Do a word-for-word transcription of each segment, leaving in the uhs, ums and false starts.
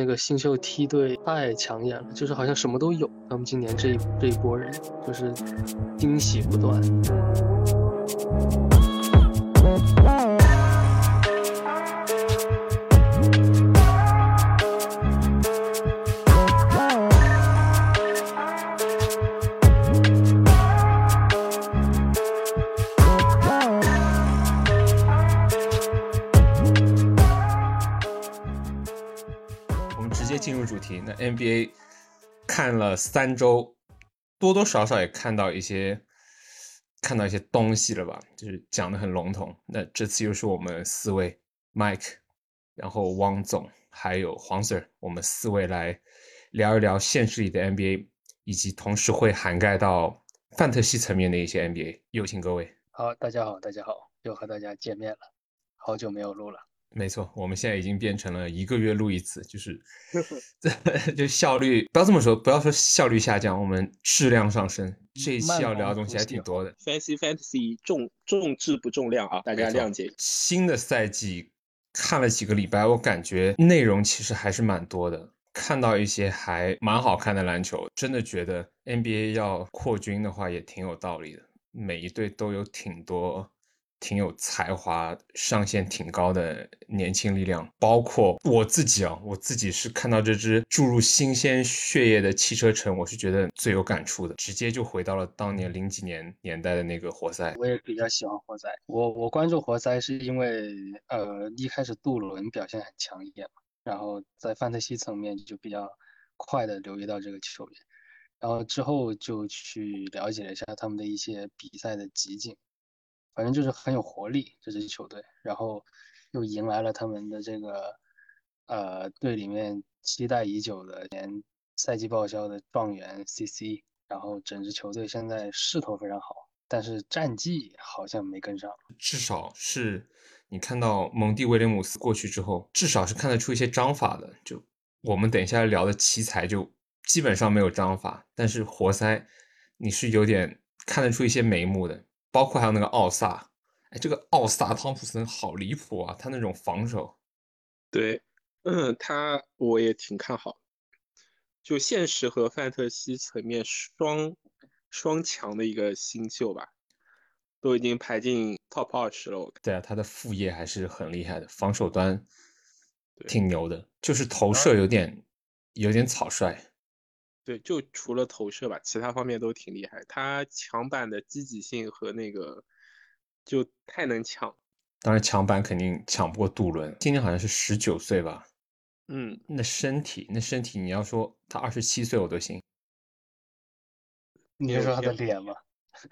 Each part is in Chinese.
那个新秀梯队太抢眼了，就是好像什么都有。他们今年这一这一波人就是惊喜不断。 进入主题，那 N B A 看了三周，多多少少也看到一些看到一些东西了吧，就是讲得很笼统。那这次又是我们四位 Mike， 然后汪总还有黄 Sir， 我们四位来聊一聊现实里的 N B A， 以及同时会涵盖到范特西层面的一些 N B A。有请各位。 好，大家好，大家好，又和大家见面了，好久没有录了。 没错，我们现在已经变成了一个月录一次，就是就效率，不要这么说，不要说效率下降，我们质量上升。这一期要聊的东西还挺多的。 Fancy Fantasy 重重质不重量啊，大家谅解。 新的赛季看了几个礼拜，我感觉内容其实还是蛮多的，看到一些还蛮好看的篮球，真的觉得 N B A 要扩军的话也挺有道理的，每一队都有挺多挺有才华、上限挺高的年轻力量，包括我自己啊，我自己是看到这支注入新鲜血液的汽车城，我是觉得最有感触的，直接就回到了当年零几年年代的那个活塞。 我也比较喜欢活塞，我我关注活塞是因为呃一开始杜伦表现很抢眼嘛，然后在范特西层面就比较快的留意到这个球员，然后之后就去了解了一下他们的一些比赛的集锦。反正就是很有活力这支球队，然后又迎来了他们的这个呃队里面期待已久的年赛季报销的状元 C C， 然后整支球队现在势头非常好，但是战绩好像没跟上。 至少是你看到蒙蒂威廉姆斯过去之后，至少是看得出一些章法的。就我们等一下聊的奇才就基本上没有章法，但是活塞你是有点看得出一些眉目的。包括还有那个奥萨，哎，这个奥萨汤普森好离谱啊！他那种防守， 对，嗯，他我也挺看好，就现实和范特西层面双双强的一个新秀吧，都已经排进 top 二十了。 对啊，他的副业还是很厉害的，防守端挺牛的，就是投啊射有点有点草率。 对，就除了投射吧，其他方面都挺厉害。他抢板的积极性和那个就太能抢。 当然抢板肯定抢不过杜伦，今年好像是十九岁吧。 嗯， 那身体，那身体，你要说他二十七岁我都信。 你是说他的脸吗？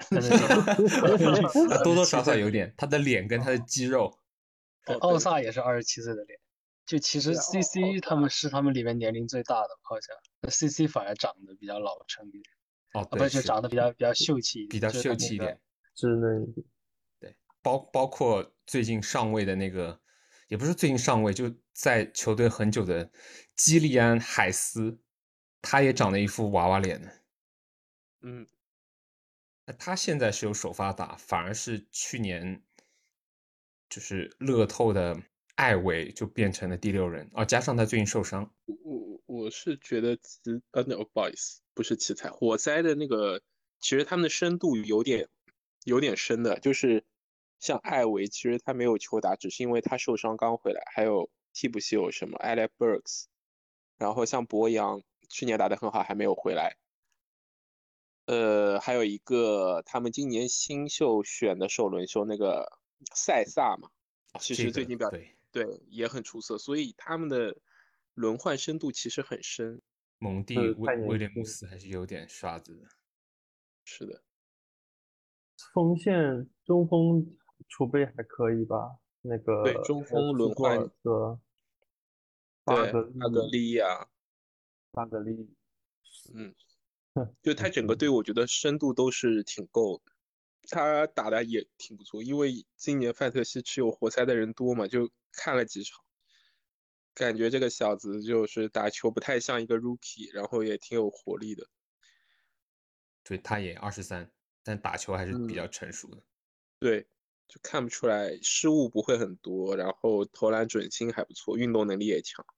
多多少少有点，他的脸跟他的肌肉。 对，奥萨也是二十七岁的脸。就其实 C C 他们是他们里面年龄最大的，好像 C C 反而长得比较老成一点。 哦， 啊， 对， 不是，就长得比较比较秀气一点， 比较秀气一点， 稚嫩一点。 对，包包括最近上位的那个，也不是最近上位，就在球队很久的基利安海斯，他也长了一副娃娃脸呢。 嗯， 他现在是有首发打，反而是去年就是乐透的艾维就变成了第六人哦，加上他最近受伤。 我我是觉得奇呃 no 不好意思，不是奇才，活塞的那个其实他们的深度有点有点深的，就是像艾维，其实他没有球打，只是因为他受伤刚回来，还有替补席有什么 Alec Burks，然后像博扬去年打得很好，还没有回来。呃，还有一个他们今年新秀选的首轮秀那个塞萨嘛， 哦、 其实最近表、 这个、对对也很出色，所以他们的轮换深度其实很深。 蒙蒂威威廉姆斯还是有点刷子的。 是的， 锋线中锋储备还可以吧？那个对中锋轮换， 巴对巴格利呀， 巴格利， 嗯，就他整个队我觉得深度都是挺够的，他打的也挺不错，因为今年范特西持有活塞的人多嘛，就看了几场，感觉这个小子就是打球不太像一个 rookie，然后也挺有活力的。 对，他也二十三，但打球还是比较嗯， 成熟的。 对，就看不出来失误不会很多，然后投篮准心还不错，运动能力也强，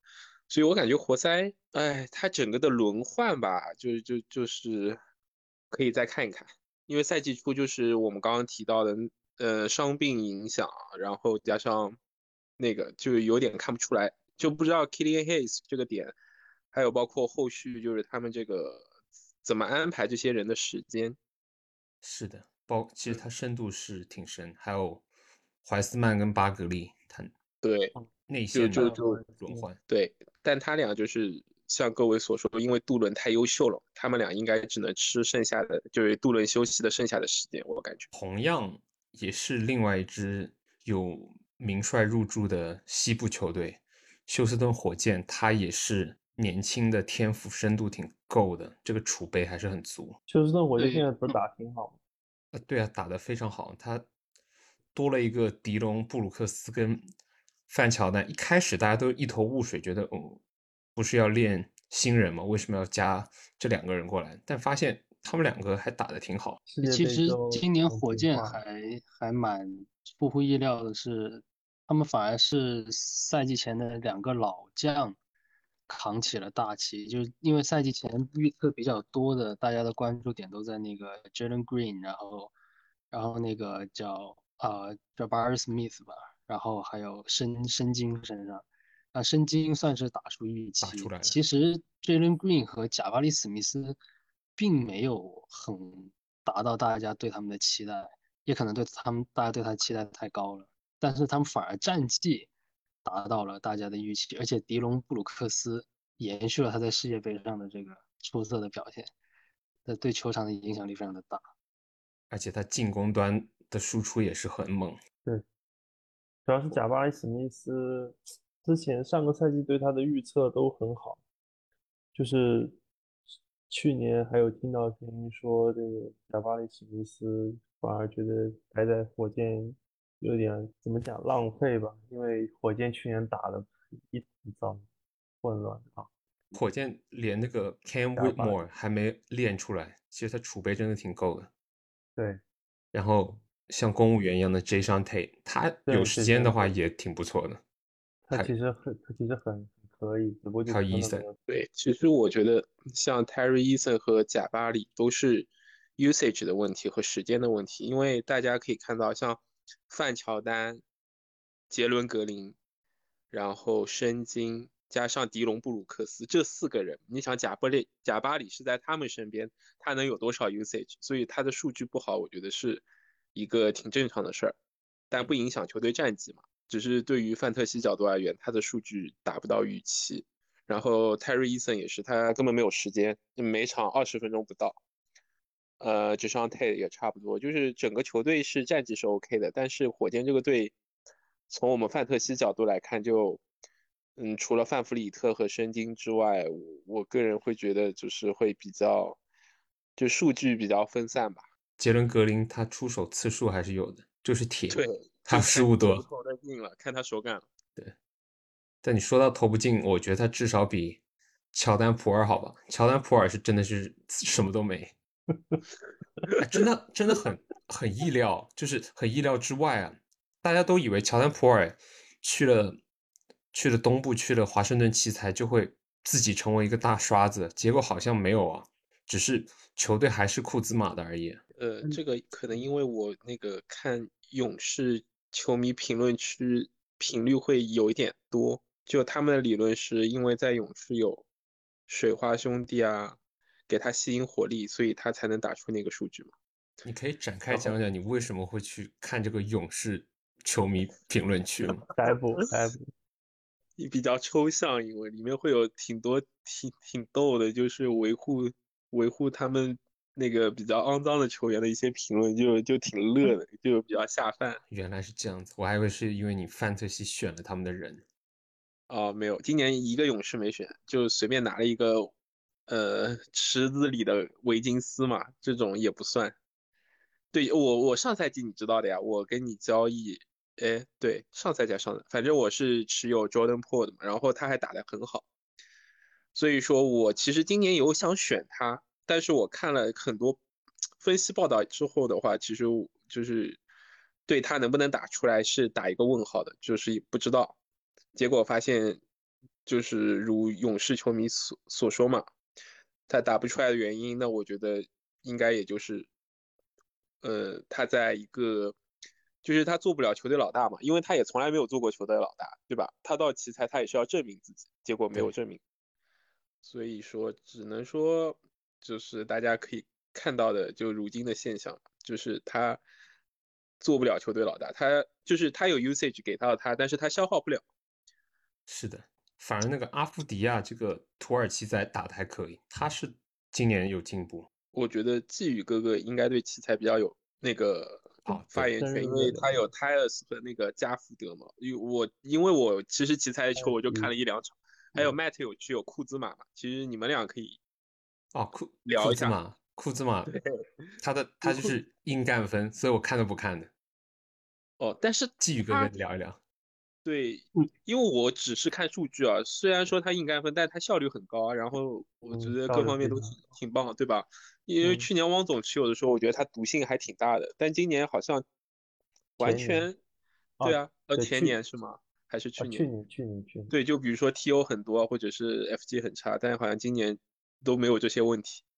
所以我感觉活塞，哎，他整个的轮换吧，就就就是可以再看一看，因为赛季初就是我们刚刚提到的，呃，伤病影响，然后加上那个就有点看不出来，就不知道 Killian Hayes 这个点，还有包括后续就是他们这个怎么安排这些人的时间。 是的，包其实嗯， 他深度是挺深，还有怀斯曼跟巴格利，他对， 内就线的就就轮换。 对，但他俩就是像各位所说，因为杜伦太优秀了，他们俩应该只能吃剩下的，就是杜伦休息的剩下的时间，我感觉。 同样也是另外一支有名帅入驻的西部球队，休斯顿火箭，他也是年轻的天赋深度挺够的，这个储备还是很足。 休斯顿火箭现对， 在不是打挺好吗？ 呃，对啊，打得非常好，他多了一个迪隆布鲁克斯跟范乔丹。一开始大家都一头雾水，觉得哦，不是要练新人吗？为什么要加这两个人过来？但发现他们两个还打得挺好。 世界其实杯之后今年能火箭平换。 还还蛮出乎意料的是，他们反而是赛季前的两个老将扛起了大旗，就是因为赛季前预测比较多的，大家的关注点都在那个 Jalen Green，然后然后那个叫啊、呃、Jabari Smith 吧，然后还有申申京身上，啊申京算是打出预期。 打出来了， 其实 Jalen Green 和贾巴里史密斯并没有很达到大家对他们的期待，也可能对他们大家对他期待太高了，但是他们反而战绩达到了大家的预期，而且迪隆布鲁克斯延续了他在世界杯上的这个出色的表现，那对球场的影响力非常的大。 而且他进攻端的输出也是很猛。 对，主要是贾巴里史密斯之前上个赛季对他的预测都很好，就是去年还有听到声音说这个贾巴里史密斯反而觉得待在火箭有点怎么讲浪费吧，因为火箭去年打的一团糟，混乱啊。 火箭连那个 Cam 贾巴里 Whitmore 还没练出来，其实他储备真的挺够的。 对然后像公务员一样的 Jason Tate，他有对时间的这身体， 话也挺不错的。 他还其实很他其实很很可以，只不过就还有真的没 Eason， 有对，其实我觉得像 Terry Eason 和贾巴里都是 usage 的问题和时间的问题，因为大家可以看到，像范乔丹、杰伦格林，然后申京加上迪隆布鲁克斯这四个人，你想贾巴里贾巴里是在他们身边，他能有多少 usage？所以他的数据不好，我觉得是一个挺正常的事儿，但不影响球队战绩嘛。只是对于范特西角度而言，他的数据达不到预期。然后 Terry Eason 也是，他根本没有时间，每场二十分钟不到。呃，就像 Tate 也差不多，就是整个球队是战绩是 OK 的，但是火箭这个队，从我们范特西角度来看就，嗯，除了范弗里特和申京之外，我我个人会觉得就是会比较，就数据比较分散吧。 杰伦格林他出手次数还是有的，就是铁， 对， 他就看你失误多。 投不投得进了，看他手感了。 对，但你说到投不进，我觉得他至少比乔丹普尔好吧？乔丹普尔是真的是什么都没。哎，真的真的很很意料，就是很意料之外啊！大家都以为乔丹普尔去了去了东部，去了华盛顿奇才就会自己成为一个大刷子，结果好像没有啊，只是球队还是库兹马的而已。 呃， 嗯这个可能因为我那个看勇士球迷评论区频率会有一点多，就他们的理论是因为在勇士有水花兄弟啊，给他吸引火力，所以他才能打出那个数据嘛。 你可以展开然后讲讲你为什么会去看这个勇士球迷评论区吗？ 逮捕逮捕， 也比较抽象，因为里面会有挺多挺挺逗的，就是维护维护他们那个比较肮脏的球员的一些评论，就就挺乐的，就比较下饭。 原来是这样子，我还以为是因为你范特西选了他们的人。 哦，没有，今年一个勇士没选，就随便拿了一个，呃，池子里的维金斯嘛，这种也不算。对，我，我上赛季你知道的呀，我跟你交易，哎，对，上赛季还上的，反正我是持有 Jordan p o o l 的嘛，然后他还打得很好，所以说我其实今年有想选他，但是我看了很多分析报道之后的话，其实就是对他能不能打出来是打一个问号的，就是不知道。结果发现就是如勇士球迷所所说嘛，他打不出来的原因，那我觉得应该也就是，呃，他在一个，就是他做不了球队老大嘛，因为他也从来没有做过球队老大，对吧？他到奇才他也是要证明自己，结果没有对， 证明，所以说只能说就是大家可以看到的，就如今的现象，就是他做不了球队老大，他就是他有 usage 给到他，但是他消耗不了。 是的，反而那个阿夫迪亚这个土耳其仔打的还可以，他是今年有进步我觉得季宇哥哥应该对奇才比较有那个啊。对， 发言权，因深入的了为他有泰勒斯和那个加福德嘛。因为我因为我其实奇才的球我就看了嗯一两场，还有 Matt 有去有库兹马嘛，其实你们俩可以哦，库库聊一下。 兹马，库兹马， 对， 他的他就库库是硬干分，所以我看都不看的。 哦，但是季宇哥哥他聊一聊。 对， 嗯因为我只是看数据啊，虽然说他硬干分，但他效率很高啊，然后我觉嗯， 得效各方面都挺率非常高。 挺棒的，对吧？因为嗯， 去年汪总持有的时候，我觉得他毒性还挺大的，但今年好像完前年全， 啊， 对啊，呃，前对去年是吗？还是啊去年？ 去年去年去年， 对，就比如说 T O 很多，或者是 F G 很差，但是好像今年都没有这些问题。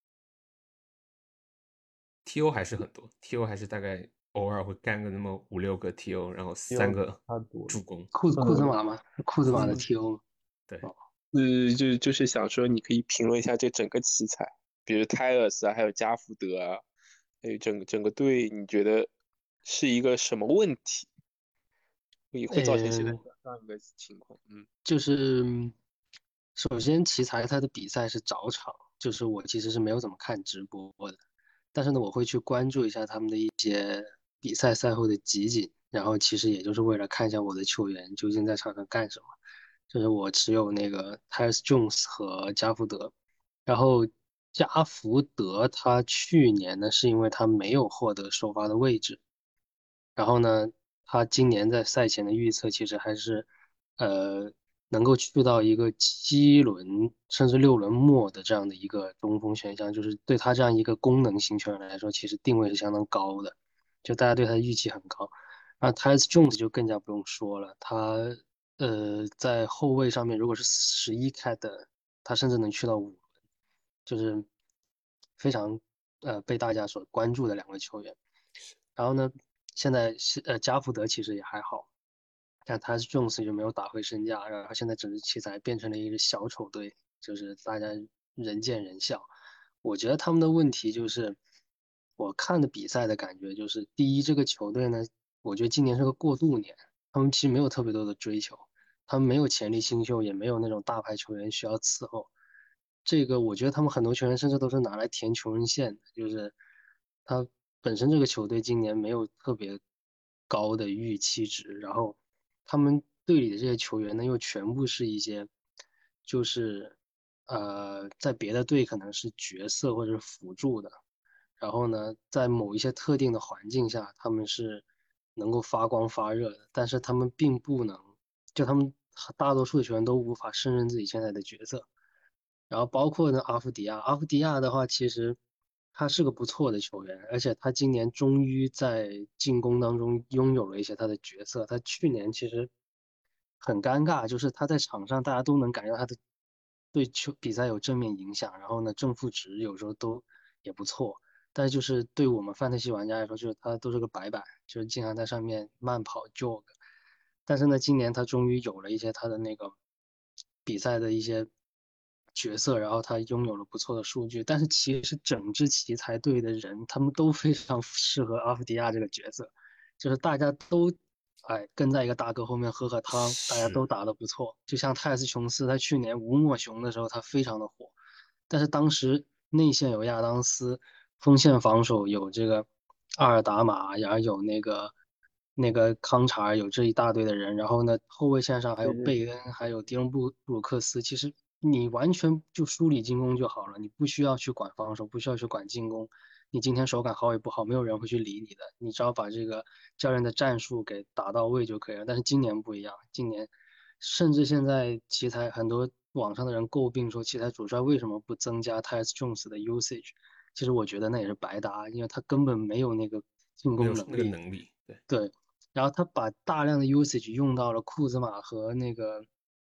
T O 还是很多，T O 还是大概偶尔会干个那么五六个 T O，然后三有个他多了。 助攻。 库库兹嗯马嘛，库兹马的嗯， T O。 对， 哦， 呃，就就是想说，你可以评论一下这整个奇才，比如泰勒斯啊，还有加福德啊，还有整个整个队，你觉得是一个什么问题，会会造成现在嗯， 这样一个情况？嗯， 就是首先奇才他的比赛是早场，就是我其实是没有怎么看直播的，但是呢，我会去关注一下他们的一些比赛赛后的集锦，然后其实也就是为了看一下我的球员究竟在场上干什么。就是我持有那个 Tyus Jones 和加福德，然后加福德他去年呢是因为他没有获得首发的位置，然后呢，他今年在赛前的预测其实还是，呃，能够去到一个七轮甚至六轮末的这样的一个中锋选项，就是对他这样一个功能型球员来说，其实定位是相当高的，就大家对他的预期很高。然后 Tyus Jones 就更加不用说了，他呃在后卫上面如果是十一开的，他甚至能去到五轮，就是非常呃被大家所关注的两位球员。然后呢，现在是呃加福德其实也还好，但他是 Jones 就没有打回身价，然后现在整支奇才变成了一个小丑队，就是大家人见人笑。我觉得他们的问题就是，我看的比赛的感觉就是，第一，这个球队呢，我觉得今年是个过渡年，他们其实没有特别多的追求，他们没有潜力新秀，也没有那种大牌球员需要伺候。这个我觉得他们很多球员甚至都是拿来填穷人线的，就是他本身这个球队今年没有特别高的预期值，然后他们队里的这些球员呢又全部是一些就是呃在别的队可能是角色或者是辅助的，然后呢在某一些特定的环境下他们是能够发光发热的，但是他们并不能，就他们大多数的球员都无法胜任自己现在的角色。然后包括呢阿夫迪亚，阿夫迪亚的话，其实他是个不错的球员，而且他今年终于在进攻当中拥有了一些他的角色。他去年其实很尴尬，就是他在场上大家都能感觉到他的对球比赛有正面影响，然后呢正负值有时候都也不错。但是就是对我们范特西玩家来说，就是他都是个白板，就是经常在上面慢跑 jog。但是呢，今年他终于有了一些他的那个比赛的一些角色，然后他拥有了不错的数据。但是其实整支奇才队的人，他们都非常适合阿夫迪亚这个角色，就是大家都哎跟在一个大哥后面喝喝汤，大家都是打得不错。就像泰斯琼斯，他去年吴莫雄的时候，他非常的火，但是当时内线有亚当斯，锋线防守有这个阿尔达马，然后有那个那个康查尔，有这一大堆的人，然后呢，后卫线上还有对对对， 贝恩，还有迪隆布布鲁克斯，其实你完全就梳理进攻就好了，你不需要去管防守，不需要去管进攻。你今天手感好与不好，没有人会去理你的，你只要把这个教练的战术给打到位就可以了。但是今年不一样，今年甚至现在奇才很多网上的人诟病说，奇才主帅为什么不增加 Tyus Jones 的 usage？其实我觉得那也是白搭，因为他根本没有那个进没有那个攻能力。 能力。对， 对，然后他把大量的 usage 用到了库兹马和那个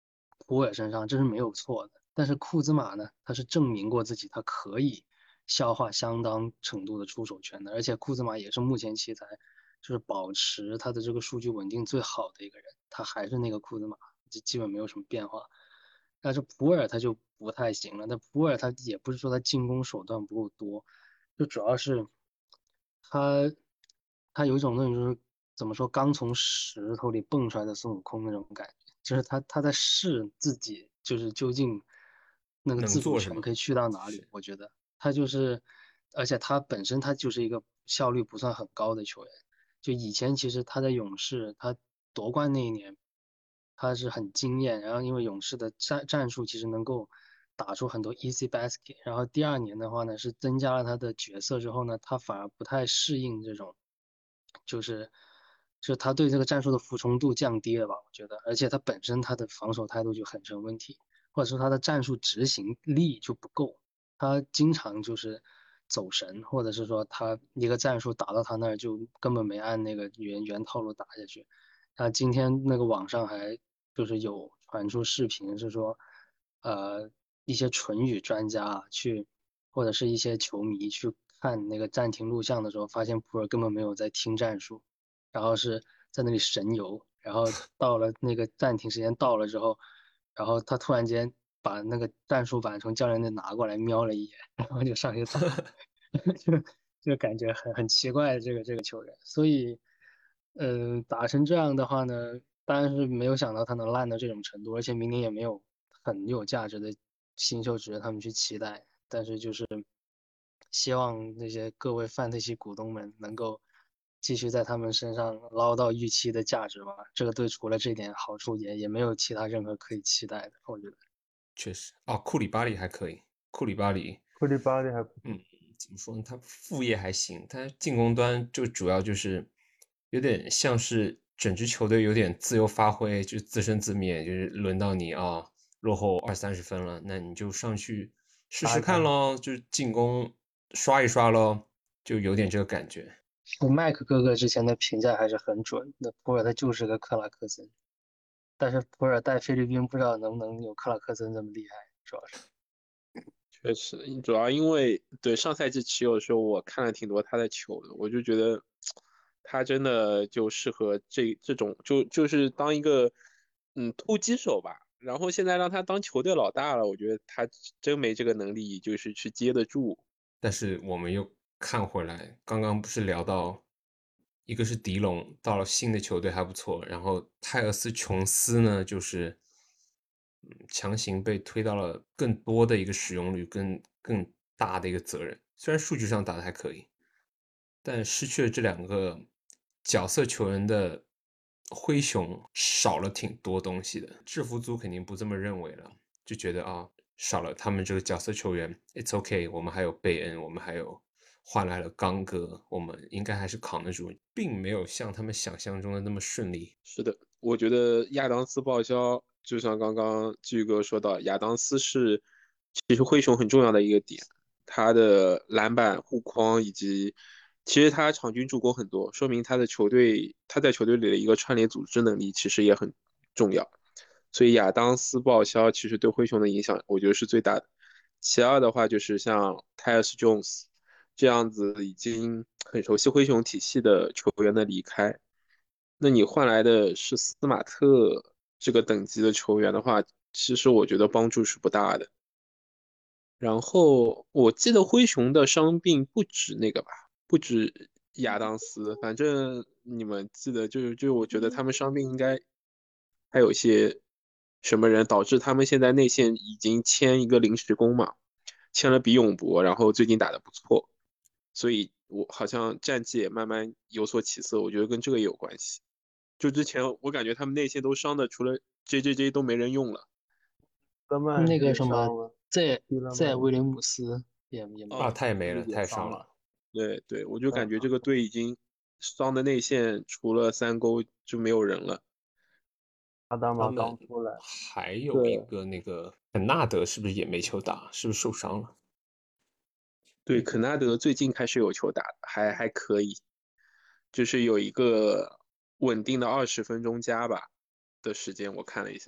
普尔身上，这是没有错的。但是库兹马呢，他是证明过自己，他可以消化相当程度的出手权的，而且库兹马也是目前奇才就是保持他的这个数据稳定最好的一个人，他还是那个库兹马，就基本没有什么变化。但是普尔他就不太行了，那普尔他也不是说他进攻手段不够多，就主要是他他有一种那种就是怎么说，刚从石头里蹦出来的孙悟空那种感觉，就是他他在试自己，就是究竟那个能自主做什么？ 权可以去到哪里。 是我觉得他就是，而且他本身他就是一个效率不算很高的球员。就以前其实他在勇士，他夺冠那一年，他是很惊艳，然后因为勇士的战战术其实能够打出很多 easy basket，然后第二年的话呢，是增加了他的角色之后呢，他反而不太适应这种，就是就是他对这个战术的服从度降低了吧，我觉得，而且他本身他的防守态度就很成问题，或者说他的战术执行力就不够，他经常就是走神，或者是说他一个战术打到他那儿就根本没按那个原原套路打下去。他今天那个网上还就是有传出视频，是说，呃，一些唇语专家啊，去或者是一些球迷去看那个暂停录像的时候，发现普尔根本没有在听战术，然后是在那里神游，然后到了那个暂停时间到了之后，然后他突然间把那个战术板从教练那拿过来瞄了一眼，然后就上去打，就就感觉很很奇怪的这个这个球员，所以。嗯，打成这样的话呢，当然是没有想到他能烂到这种程度，而且明年也没有很有价值的新秀值得他们去期待。但是就是希望那些各位范特西股东们能够继续在他们身上捞到预期的价值吧。这个队除了这点好处也也没有其他任何可以期待的，我觉得。 确实哦，库里巴利还可以，库里巴利， 库里巴利还不嗯， 错。 怎么说呢？他副业还行，他进攻端就主要就是有点像是整支球队有点自由发挥，就自生自灭，就是轮到你啊，落后二三十分了，那你就上去试试打一打。 看咯，就是进攻刷一刷咯，就有点这个感觉。 麦克哥哥之前的评价还是很准的，普尔他就是个克拉克森，但是普尔带菲律宾不知道能不能有克拉克森这么厉害，主要是。 确实，主要因为对上赛季持有的时候，我看了挺多他的球的，我就觉得他真的就适合这这种，就就是当一个嗯突击手吧。然后现在让他当球队老大了，我觉得他真没这个能力，就是去接得住。 但是我们又看回来，刚刚不是聊到，一个是迪龙到了新的球队还不错，然后泰勒斯琼斯呢，就是嗯强行被推到了更多的一个使用率，更更大的一个责任。虽然数据上打的还可以，但失去了这两个角色球员的灰熊，少了挺多东西的。制服组肯定不这么认为了，就觉得啊，少了他们这个角色球员，It's OK，我们还有贝恩，我们还有换来了刚哥，我们应该还是扛得住，并没有像他们想象中的那么顺利。 是的，我觉得亚当斯报销，就像刚刚巨哥说到，亚当斯是其实灰熊很重要的一个点，他的篮板、护框以及其实他场均助攻很多，说明他的球队他在球队里的一个串联组织能力其实也很重要。所以亚当斯报销其实对灰熊的影响，我觉得是最大的。其二的话就是像泰 s Jones 这样子已经很熟悉灰熊体系的球员的离开。那你换来的是斯马特这个等级的球员的话，其实我觉得帮助是不大的。然后我记得灰熊的伤病不止那个吧，不止亚当斯，反正你们记得就就我觉得他们伤病应该还有一些什么人，导致他们现在内线已经签一个临时工嘛，签了比永博，然后最近打得不错，所以我好像战绩也慢慢有所起色，我觉得跟这个也有关系。就之前我感觉他们内线都伤的，除了 J J J 都没人用了。 勒曼那个也什么， 伤了。 在蒂勒曼也在威廉姆斯也也没啊， 哦， 他也没了， 也他也伤了。 伤了。对对，我就感觉这个没办法。 队已经伤的内线除了三勾就没有人了。 阿达玛他们刚出来。 还有一对个那个肯纳德，是不是也没球打？是不是受伤了？ 对，肯纳德最近开始有球打了，还还可以，就是有一个稳定的二十分钟加吧的时间，我看了一下。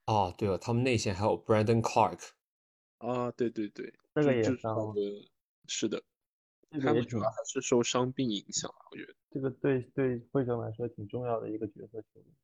哦，对了，他们内线还有 Brandon Clark。 啊，对对对， 这个就就是感也伤了， 觉是的， 这个他们主要也挺， 还是受伤病影响啊，我觉得这个对对灰熊来说挺重要的一个角色球员。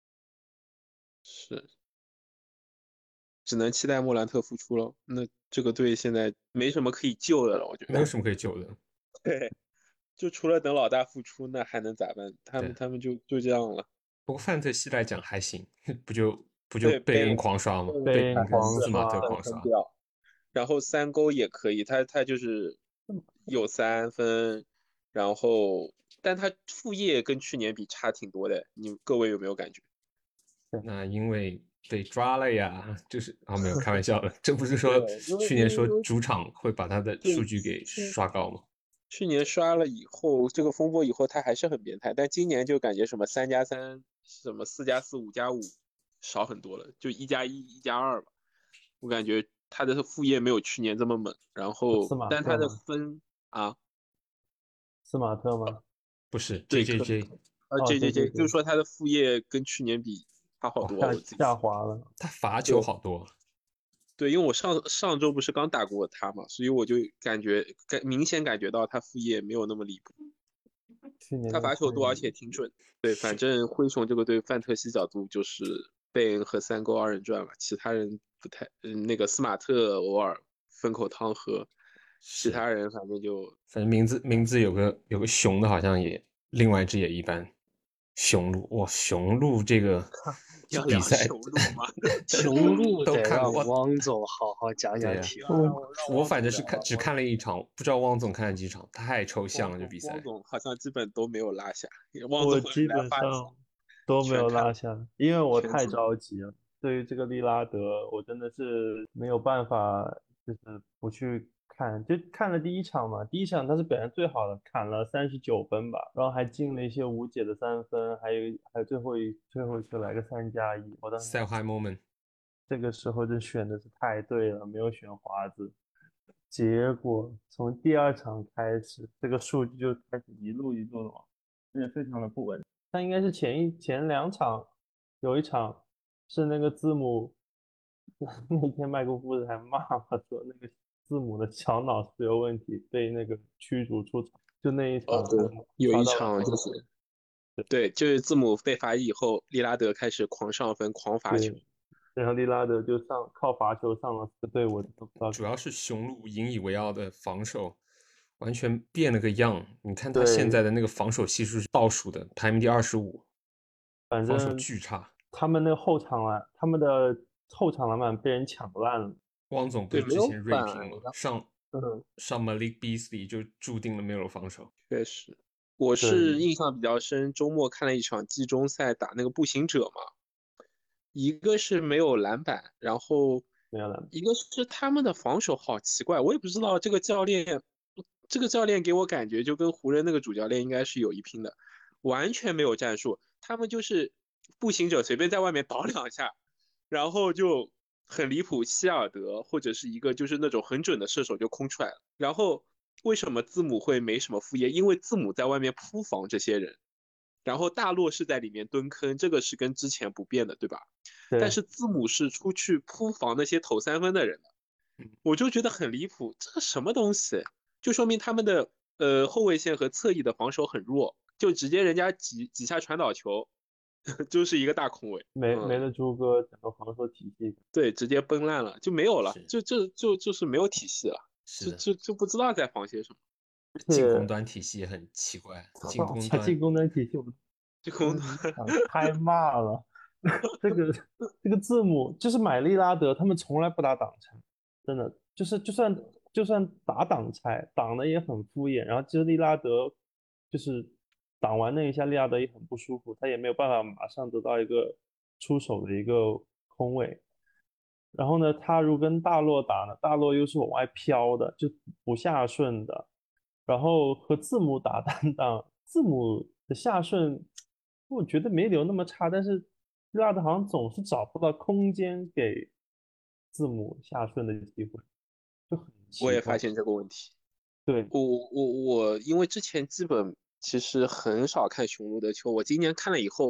是，只能期待莫兰特复出了。那这个队现在没什么可以救的了，我觉得。 没有什么可以救的。 对，就除了等老大复出，那还能咋办？他们对， 他们就就这样了。 不过范特西来讲还行，不就不就对， 贝恩贝狂刷吗？ 嗯贝被恩跟狂斯马特刷， 很狂刷。 很屌。然后三勾也可以，他他就是有三分，然后但他副业跟去年比差挺多的，你各位有没有感觉？ 那因为被抓了呀，就是啊，没有开玩笑的，这不是对， 说因为去年说因为因为主场会把他的数对据给去刷高吗？ 去年刷了以后，这个风波以后，他还是很变态，但今年就感觉什么三加三，什么四加四、五加五少很多了，就一加一、一加二吧。我感觉他的副业没有去年这么猛，然后斯马但他的特吗？ 分啊， 斯马特吗？ 不是对，可能 J J J。 呃哦， ，J J 对对 J 就是对， 说他的副业跟去年比差好多啊， 下我自己觉得。 下滑了。 他罚球对好多。 对，因为我上上周不是刚打过他嘛，所以我就感觉感明显感觉到他副业没有那么离谱。 去年那个他罚球多，而快艇， 且挺准。对，反正灰熊这个队范特西角度就是贝恩和三勾二人转吧，其他人不太，嗯，那个斯马特偶尔分口汤喝，其是， 他人反正就反正名字名字有个有个熊的，好像也另外一只也一般。雄鹿哇，雄鹿这个这要聊比赛雄鹿吗？ 雄鹿都得让看过。 汪总好好讲对呀、 讲体育。 让让嗯， 我让我汪总聊反正是看只我看了一场，不知道汪总看了几场，太抽象了这汪总比赛。 汪总好像基本都没有落下，汪总我基来发起本上都没有全看落下，因为我太全进。 着急了。对于这个利拉德，我真的是没有办法，就是不去看。就看了第一场嘛，第一场他是表现最好的，砍了三十九分吧，然后还进了一些无解的三分，还有还有最后一最后一球来个三加一，我当时 Sell high moment。 这个时候就选的是太对了，没有选华子。结果从第二场开始，这个数据就开始一路一路的往，而且非常的不稳。但应该是前一前两场，有一场是那个字母，那天麦克夫子还骂嘛，说那个字母的小脑是有问题，被那个驱逐出场。就那一哦， 场， 对， 他刷有一到了好， 场就是对，就是字母被罚以后，利拉德开始狂上分、狂罚球。 对，然后利拉德就上靠罚球上了四个队，我都不知道该主要是雄鹿引以为傲的防守完全变了个样。你看他现在对， 的那个防守系数是倒数的，排名第二十五，防守反正巨差。 他们那个后场篮，他们的后场篮板被人抢烂了。 汪总不对，没有是之前锐反， 评吗？ 然后上嗯， 上 Malik Beasley 就注定了没有防守。 确实，我是对， 印象比较深，周末看了一场季中赛打那个步行者嘛，一个是没有篮板，然后没有篮板。 一个是他们的防守好奇怪，我也不知道这个教练，这个教练给我感觉就跟湖人那个主教练应该是有一拼的，完全没有战术，他们就是步行者随便在外面倒两下，然后就很离谱，希尔德或者是一个就是那种很准的射手就空出来了，然后为什么字母会没什么副业？因为字母在外面扑防这些人。然后大洛是在里面蹲坑，这个是跟之前不变的，对吧？但对， 是字母是出去扑防那些投三分的人的，我就觉得很离谱，这个什么东西？就说明他们的呃后卫线和侧翼的防守很弱，就直接人家几几下传导球，就是一个大空位，嗯， 没没了朱哥，整个防守体系。 对，直接崩烂了，就没有了， 是就就就就是没有体系了，就是的， 就就不知道在防些什么， 而进攻且， 端体系也很奇怪。进操， 攻端下进攻端体系，我就空真的是想开骂了。这个这个字母就是买利拉德，他们从来不打挡拆，真的就是就算就算打挡拆，挡的也很敷衍。然后其实利拉德就是挡完那一下，利拉德也很不舒服，他也没有办法马上得到一个出手的一个空位。然后呢，他如跟大洛打呢，大洛又是往外飘的，就不下顺的。然后和字母打单档，字母的下顺，我觉得没留那么差，但是利拉德好像总是找不到空间给字母下顺的机会，就很奇怪。 我也发现这个问题。 对， 我我我，因为之前基本其实很少看雄鹿的球，我今年看了以后，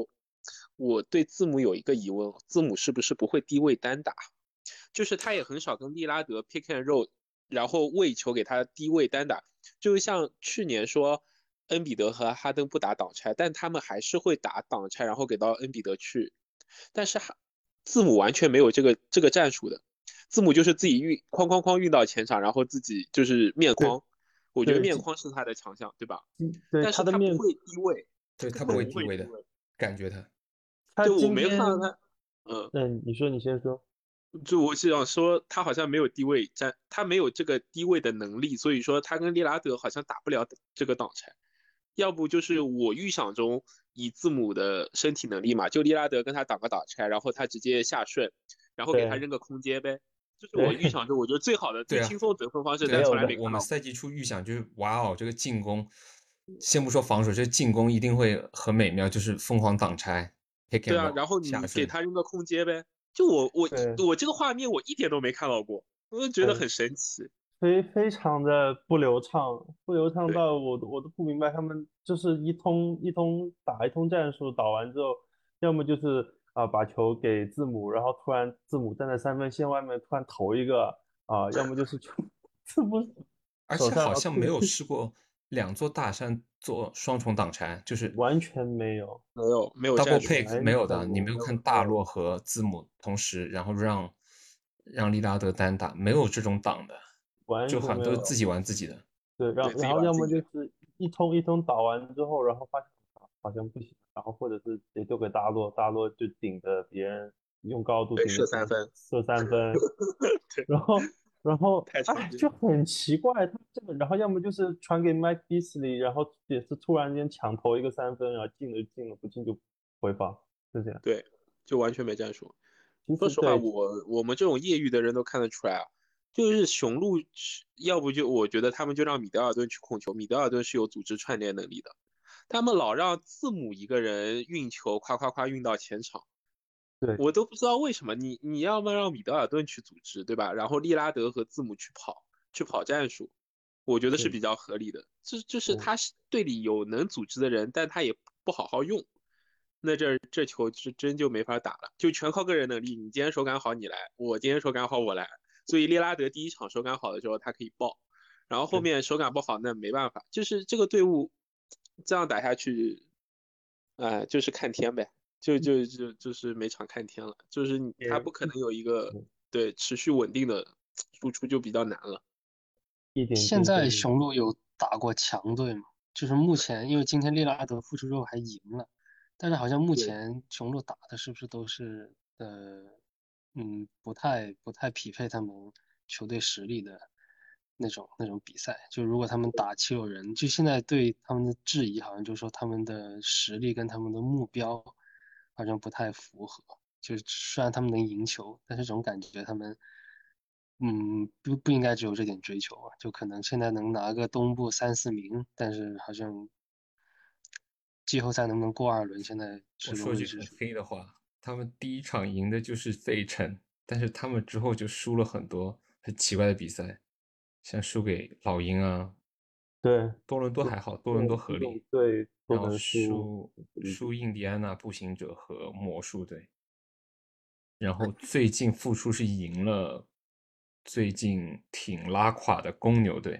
我对字母有一个疑问，字母是不是不会低位单打？就是他也很少跟利拉德 pick and roll，然后喂球给他低位单打。就是像去年说恩比德和哈登不打挡拆，但他们还是会打挡拆，然后给到恩比德去。但是字母完全没有这个这个战术的，字母就是自己运哐哐哐运到前场，然后自己就是面框。我觉得对面框是他的强项，对吧？ 对， 但是他的面， 他不会低位， 对他不根本不会低位的， 会低位。 感觉他。 他对，我没看今天， 到他，嗯。 嗯，你说你先说。 就我是想说，他好像没有低位战，他没有这个低位的能力，所以说他跟利拉德好像打不了这个挡拆。要不就是我预想中以字母的身体能力嘛，就利拉德跟他挡个挡拆，然后他直接下顺，然后给他对扔个空接呗。就是我预对， 想中我觉得最好的、最对啊， 轻松得分方式， 对啊， 但从来没有的。 我我们没看到过。 赛季初预想就是，哇哦，这个进攻，先不说防守，这个进攻一定会很美妙，就是疯狂挡拆，pick 对 and 啊， roll 然后你给下顺。 他扔个空接呗。就我我对我这个画面我一点都没看到过，我就觉得对， 很神奇。 非非常的不流畅，不流畅对。 到我都我都不明白他们就是一通一通打一通战术，打完之后，要么就是啊、把球给字母，然后突然字母站在三分线外面突然投一个啊、要么就是字母而且手上好像没有突然试过两座大山做双重挡拆，就是完全没有， 没有没有 double 战术。 pick 完没有的。你没全没有， 有看大洛和字母同时，然后让让利拉德单打，没有这种挡的， 完就好像全没有。 都是自己玩自己的。 对，然对，自己后然后要玩自己的。 么就是一通一通打完之后，然后发现啊好像不行，然后或者是直接丢给大洛，大洛就顶着别人用高度对， 顶着别人射三分。 射三分， 对， 然后然后哎太常见。 就很奇怪，他这个然后要么就是传给 Mike Beasley，然后也是突然间抢投一个三分，然后进了就进了，不进就回防，是这样。 对，就完全没战术。说实话， 其实对， 我我们这种业余的人都看得出来啊，就是雄鹿，要不就我觉得他们就让米德尔顿去控球，米德尔顿是有组织串联能力的，他们老让字母一个人运球，夸夸夸运到前场， 对我都不知道为什么。你你要么让米德尔顿去组织，对吧？然后利拉德和字母去跑，去跑战术，我觉得是对比较合理的。这就是对他是队里有能组织的人，但他也不好好用。那这这球是真就没法打了，就全靠个人能力。你今天手感好，你来；我今天手感好，我来。所以利拉德第一场手感好的时候，他可以爆，然后后对， 面手感不好，那没办法，就是这个队伍这样打下去，哎、呃就是看天呗，就就就就是每场看天了，就是你他也一不可能有一个嗯对持续稳定的输出，就比较难了。 一点现在竞争力。 雄鹿有打过强队吗？就是目前，因为今天利拉德复出之后还赢了，但是好像目对， 前雄鹿打的是不是都是呃，嗯，不太不太匹配他们球队实力的那种那种比赛。就如果他们打七六人，就现在对他们的质疑，好像就是说他们的实力跟他们的目标好像不太符合。就是虽然他们能赢球，但是总感觉他们。嗯，不不应该只有这点追求啊，就可能现在能拿个东部三四名，但是好像季后赛能不能过二轮，现在我是个说句很未知数。 黑的话，他们第一场赢的就是费城，但是他们之后就输了很多很奇怪的比赛，像输给老鹰啊， 对， 多伦多这还好，多这伦多种这种合理， 队都然后能输， 输不理解。 输印第安纳步行者和魔术队，然后最近复出是赢了最近挺拉垮的公牛队，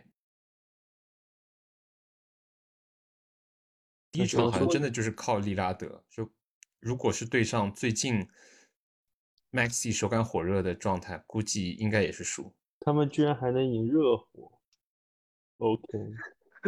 第一那只能说场好像真的就是靠利拉德，就如果是对上最近 Maxi 手感火热的状态，估计应该也是输。 他们居然还能赢热火，OK。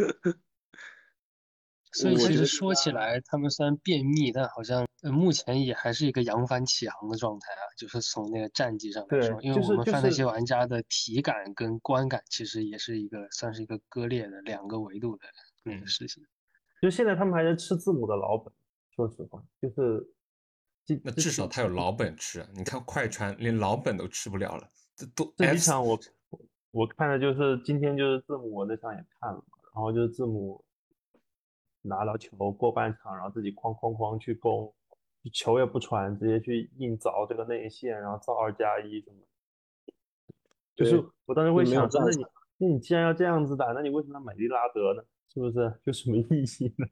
所以我觉得其实说起来，他们虽然便秘，但好像呃目前也还是一个扬帆起航的状态啊。就是从那个战绩上来对， 说，因为就是我们范特西就是玩家的体感跟观感其实也是一个算是一个割裂的两个维度的那个嗯， 事情。 就现在他们还在吃字母的老本，说实话，就是这那至少这这他有老本吃啊，你看快船连老本都吃不了了，这都这几 F 场我我看的就是今天就是字母我那场也看了嘛，然后就是字母拿到球过半场，然后自己哐哐哐去攻，球也不传，直接去硬凿这个内线，然后造二加一什么。就是对， 我当时就会想着， 没有战术。 那你那你既然要这样子打，那你为什么要买利拉德呢？是不是？有什么意义呢？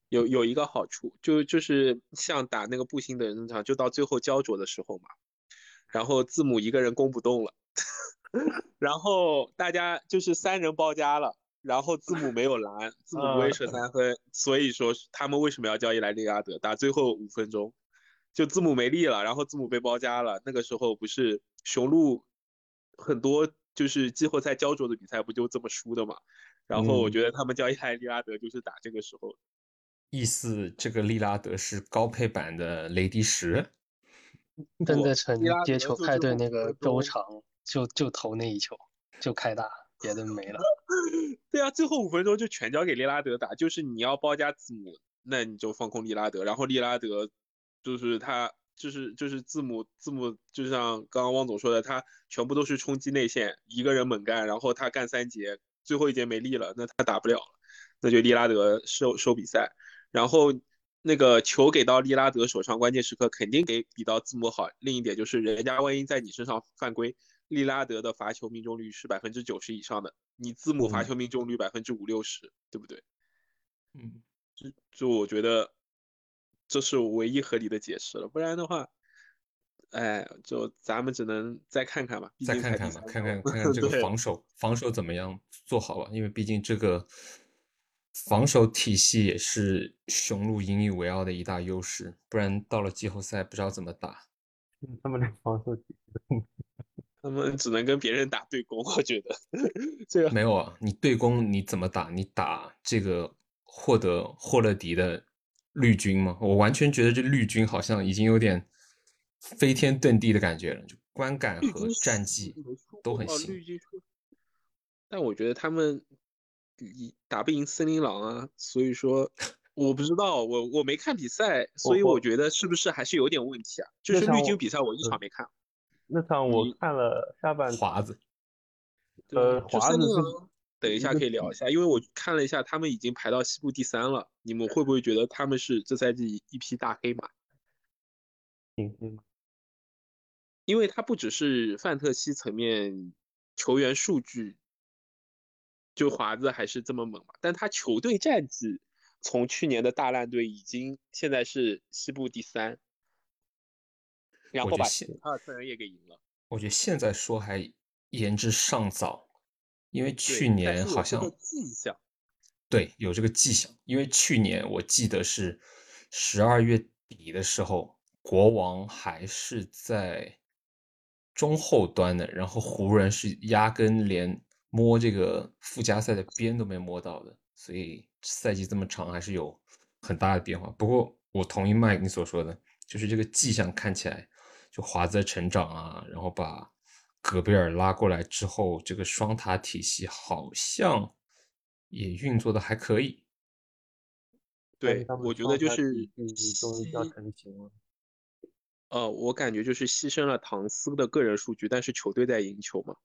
有有一个好处，就就是像打那个步行者那场，就到最后焦灼的时候嘛，然后字母一个人攻不动了，然后大家就是三人包夹了，然后字母没有拦，字母不会啊， 射三分，所以说他们为什么要交易来利拉德？打最后五分钟，就字母没力了，然后字母被包夹了，那个时候不是雄鹿很多就是季后赛焦灼的比赛不就这么输的嘛？然后我嗯， 觉得他们交易来利拉德就是打这个时候。 意思这个利拉德是高配版的雷迪什。 真的不，利成接拉德球派对就最后五那个分钟， 周长，就就投那一球，就开大，别的没了。 对啊，最后五分钟就全交给利拉德打，就是你要包夹字母，那你就放空利拉德，然后利拉德就是他就是就是字母字母，就像刚刚汪总说的，他全部都是冲击内线，一个人猛干，然后他干三节，最后一节没力了，那他打不了了，那就利拉德收收比赛，然后那个球给到利拉德手上，关键时刻肯定给比到字母好。另一点就是人家万一在你身上犯规，利拉德的罚球命中率是百分之九十以上的，你字母罚嗯球命中率百分之五六十，对不对？ 嗯， 就我觉得这是唯一合理的解释了，不然的话，哎，就咱们只能再看看吧，毕竟才第再看看吧， 三周。 看看看看这个对， 防守防守怎么样做好吧，因为毕竟这个防守体系也是雄鹿引以为傲的一大优势，不然到了季后赛不知道怎么打。 他们连防守体系都没他们只能跟别人打对攻，我觉得这个没有啊，你对攻你怎么打？你打这个获得霍勒迪的绿军吗？我完全觉得这绿军好像已经有点飞天遁地的感觉了，就观感和绿军战绩没输过哦， 都很行。 绿军输，但我觉得他们打不赢森林狼啊，所以说我不知道，我我没看比赛，所以我我我觉得是不是还是有点问题啊？就是绿军那场我比赛我一场嗯没看， 那场我你看了下半场， 华子， 对， 呃， 就森林华子是狼，等一下一个可以聊一下，因为我看了一下，他们已经排到西部第三了，你们会不会觉得他们是这赛季一匹大黑马？ 挺黑马， 因为他不只是范特西层面球员数据，就华子还是这么猛嘛，但他球队战绩从去年的大烂队已经现在是西部第三，然后把我觉得现凯尔特人也给赢了。 我觉得现在说还言之尚早，因为去对，但年是有这个好像迹象。 对有这个迹象，因为去年我记得是十二月底的时候，国王还是在中后端的，然后湖人是压根连摸这个附加赛的边都没摸到的，所以赛季这么长还是有很大的变化。不过我同意麦克你所说的，就是这个迹象看起来，就华子的成长啊，然后把戈贝尔拉过来之后，这个双塔体系好像也运作的还可以。 对， 但是他们我觉得双塔就是体系终于要牺， 成型了。 呃，我感觉就是牺牲了唐斯的个人数据，但是球队在赢球嘛。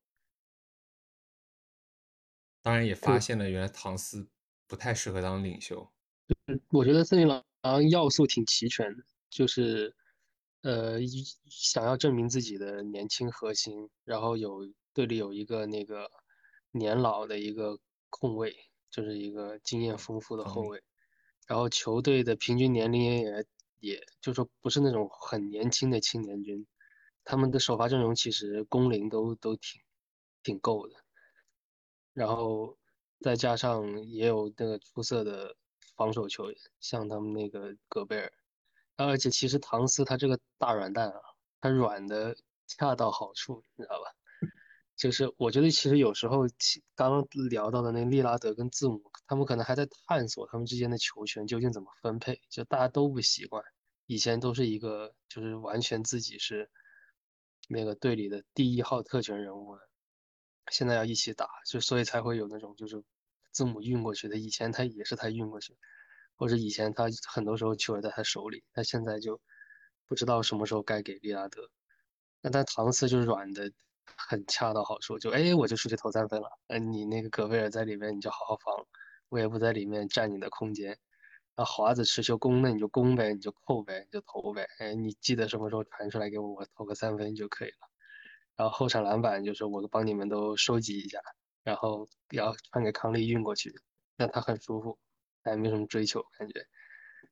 当然也发对， 现了原来唐斯不太适合当领袖。 我觉得森林狼要素挺齐全的，就是呃一想要证明自己的年轻核心，然后有队里有一个那个年老的一个控卫，就是一个经验丰富的同意。 后卫，然后球队的平均年龄也也就说不是那种很年轻的青年军，他们的首发阵容其实工龄都都挺挺够的。然后再加上也有那个出色的防守球员，像他们那个戈贝尔，而且其实唐斯他这个大软蛋啊，他软的恰到好处，你知道吧？就是我觉得其实有时候其刚刚聊到的那个利拉德跟字母，他们可能还在探索他们之间的球权究竟怎么分配，就大家都不习惯。以前都是一个就是完全自己是那个队里的第一号特权人物，现在要一起打，就所以才会有那种就是字母运过去的，以前他也是他运过去，或者以前他很多时候球在他手里，他现在就不知道什么时候该给利拉德。那但唐斯就是软的很恰到好处，就哎我就出去投三分了，嗯你那个戈贝尔在里面你就好好防，我也不在里面占你的空间。啊，华子持球攻，那你就攻呗，你就扣呗，你就投呗，哎，你记得什么时候传出来给我，我投个三分就可以了。然后后场篮板就是我帮你们都收集一下，然后要传给康利运过去，让他很舒服，他也没什么追求感觉。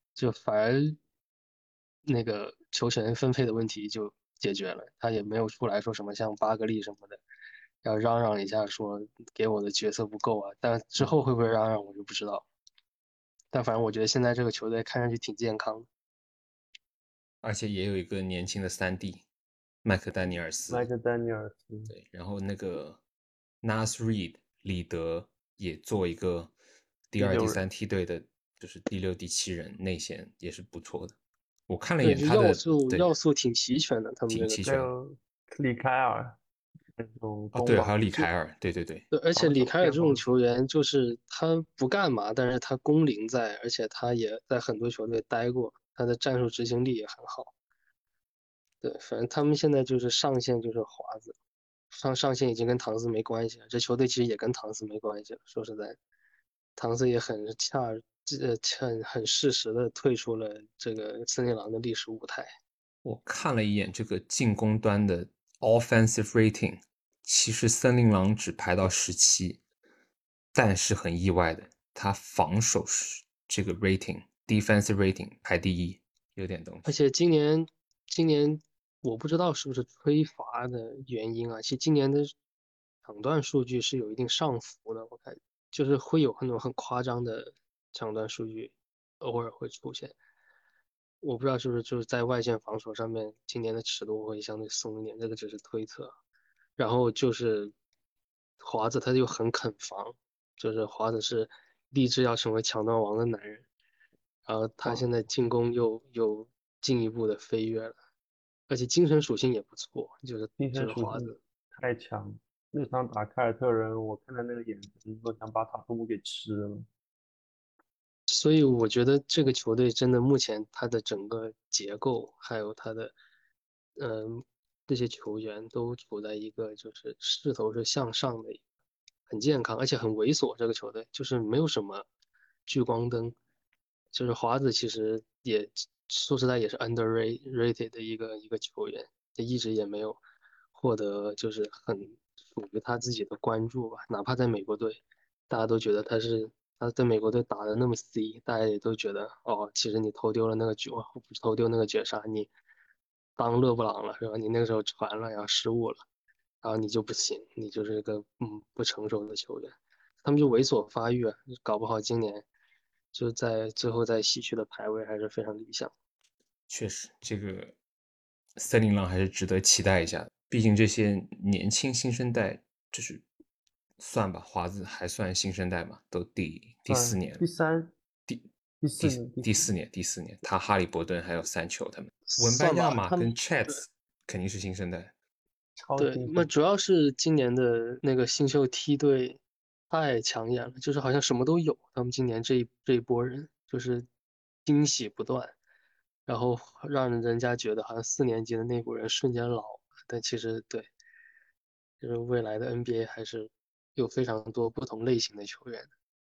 就反而那个球权分配的问题就解决了，他也没有出来说什么像巴格利什么的，要嚷嚷一下说给我的角色不够啊，但之后会不会嚷嚷我就不知道。但反正我觉得现在这个球队看上去挺健康的。 而且也有一个年轻的三 D 麦克丹尼尔斯， 麦克丹尼尔斯， 对，然后那个 Nas Reed 里德也做一个第二、 第六人第三梯队的，就是第六、第七人内线也是不错的。我看了一对，就眼他的， 要素对， 要素挺齐全的，他们这个队。 挺齐全的。 还有里凯尔那种哦，对，还攻防有里凯尔，对对对， 对，而且防守里凯尔这种偏防守， 球员，就是他不干嘛，但是他功龄在，而且他也在很多球队待过，他的战术执行力也很好。对，反正他们现在就是上限就是华子，上上限已经跟唐斯没关系了。这球队其实也跟唐斯没关系了。说实在，唐斯也很恰呃很很适时的退出了这个森林狼的历史舞台。 我看了一眼这个进攻端的 offensive rating，其实森林狼只排到十七，但是很意外的，他防守是这个 rating defensive rating 排第一，有点东西。 而且今年今年我不知道是不是吹罚的原因啊，其实今年的抢断数据是有一定上浮的，我看就是会有很多很夸张的抢断数据偶尔会出现。我不知道是不是就是在外线防守上面，今年的尺度会相对松一点，这个只是推测。然后就是华子他又很肯防，就是华子是立志要成为抢断王的男人，然后他哇， 现在进攻又又进一步的飞跃了，而且精神属性也不错，就是精就神属性是华子。 太强。那场打凯尔特人，我看他那个眼神都想把塔图姆给吃了。 所以我觉得这个球队真的目前它的整个结构，还有它的，嗯、这些球员都处在一个就是势头是向上的，很健康，而且很猥琐。这个球队就是没有什么聚光灯，就是华子其实也说实在也是 underrated 的一个一个球员，就一直也没有获得就是很属于他自己的关注吧，哪怕在美国队。大家都觉得他是他在美国队打的那么 C，大家也都觉得哦，其实你投丢了那个绝，不是投丢那个绝杀，你当勒布朗了是吧？你那个时候传了，然后失误了，然后你就不行，你就是一个嗯不成熟的球员，他们就猥琐发育啊，搞不好今年就在最后在西区的排位还是非常理想。 确实，这个森林狼还是值得期待一下的。毕竟这些年轻新生代，就是算吧，华子还算新生代嘛，都第第四算年， 第三、 第第第四年、第四年， 第四年，第四年，他哈利伯顿还有三球他们，文班算吧，他们亚马跟 Chats 肯定是新生代。 对， 超新星。 那主要是今年的那个新秀梯队太抢眼了，就是好像什么都有。他们今年这一这一波人就是惊喜不断，然后让人家觉得好像四年级的那股人瞬间老了，但其实对，就是未来的 N B A 还是有非常多不同类型的球员的，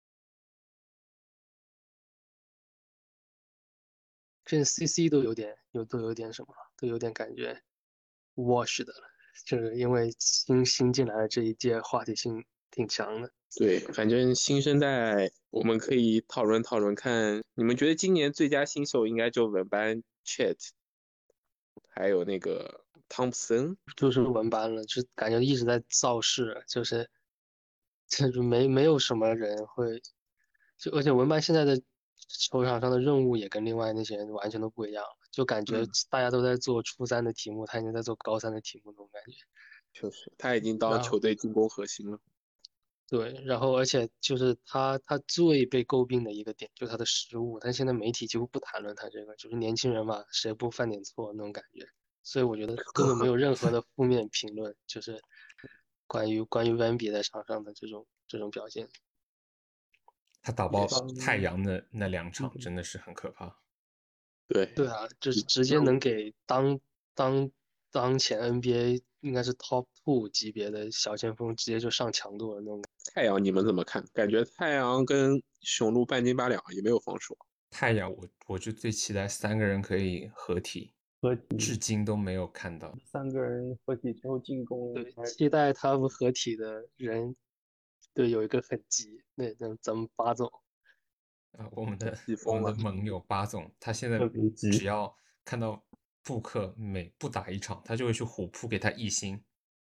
甚至 C C 都有点有都有点什么了，都有点感觉 wash 的了，就是因为新新进来的这一届话题性挺强的。 对，反正新生代我们可以讨论讨论看，你们觉得今年最佳新秀应该就文班、Chet，还有那个汤普森。 就是文班了，就感觉一直在造势，就是就是没没有什么人会，就而且文班现在的球场上的任务也跟另外那些人完全都不一样了，就感觉嗯， 大家都在做初三的题目，他已经在做高三的题目那种感觉。 就是他已经当然后球队进攻核心了。 对，然后而且就是他他最被诟病的一个点就是他的失误，但现在媒体几乎不谈论他这个，就是年轻人嘛，谁不犯点错那种感觉，所以我觉得根本没有任何的负面评论，就是关于关于 w 比在场上的这种这种表现。 他打爆也是， 当太阳的那两场嗯真的是很可怕。 对， 对啊，就是直接那我能给当当当前 N B A 应该是 top two 级别的小前锋直接就上强度了那种感太阳你们怎么看？感觉太阳跟雄鹿半斤八两，也没有防守。 太阳我我就最期待三个人可以合体， 合体至今都没有看到。 三个人合体之后进攻觉。对， 还期待他们合体的人，对，有一个很急，对，咱咱们扒走。 啊，我们的急我们疯了。 的盟友巴总，他现在特别急只要看到布克每不打一场，他就会去虎扑给他一星。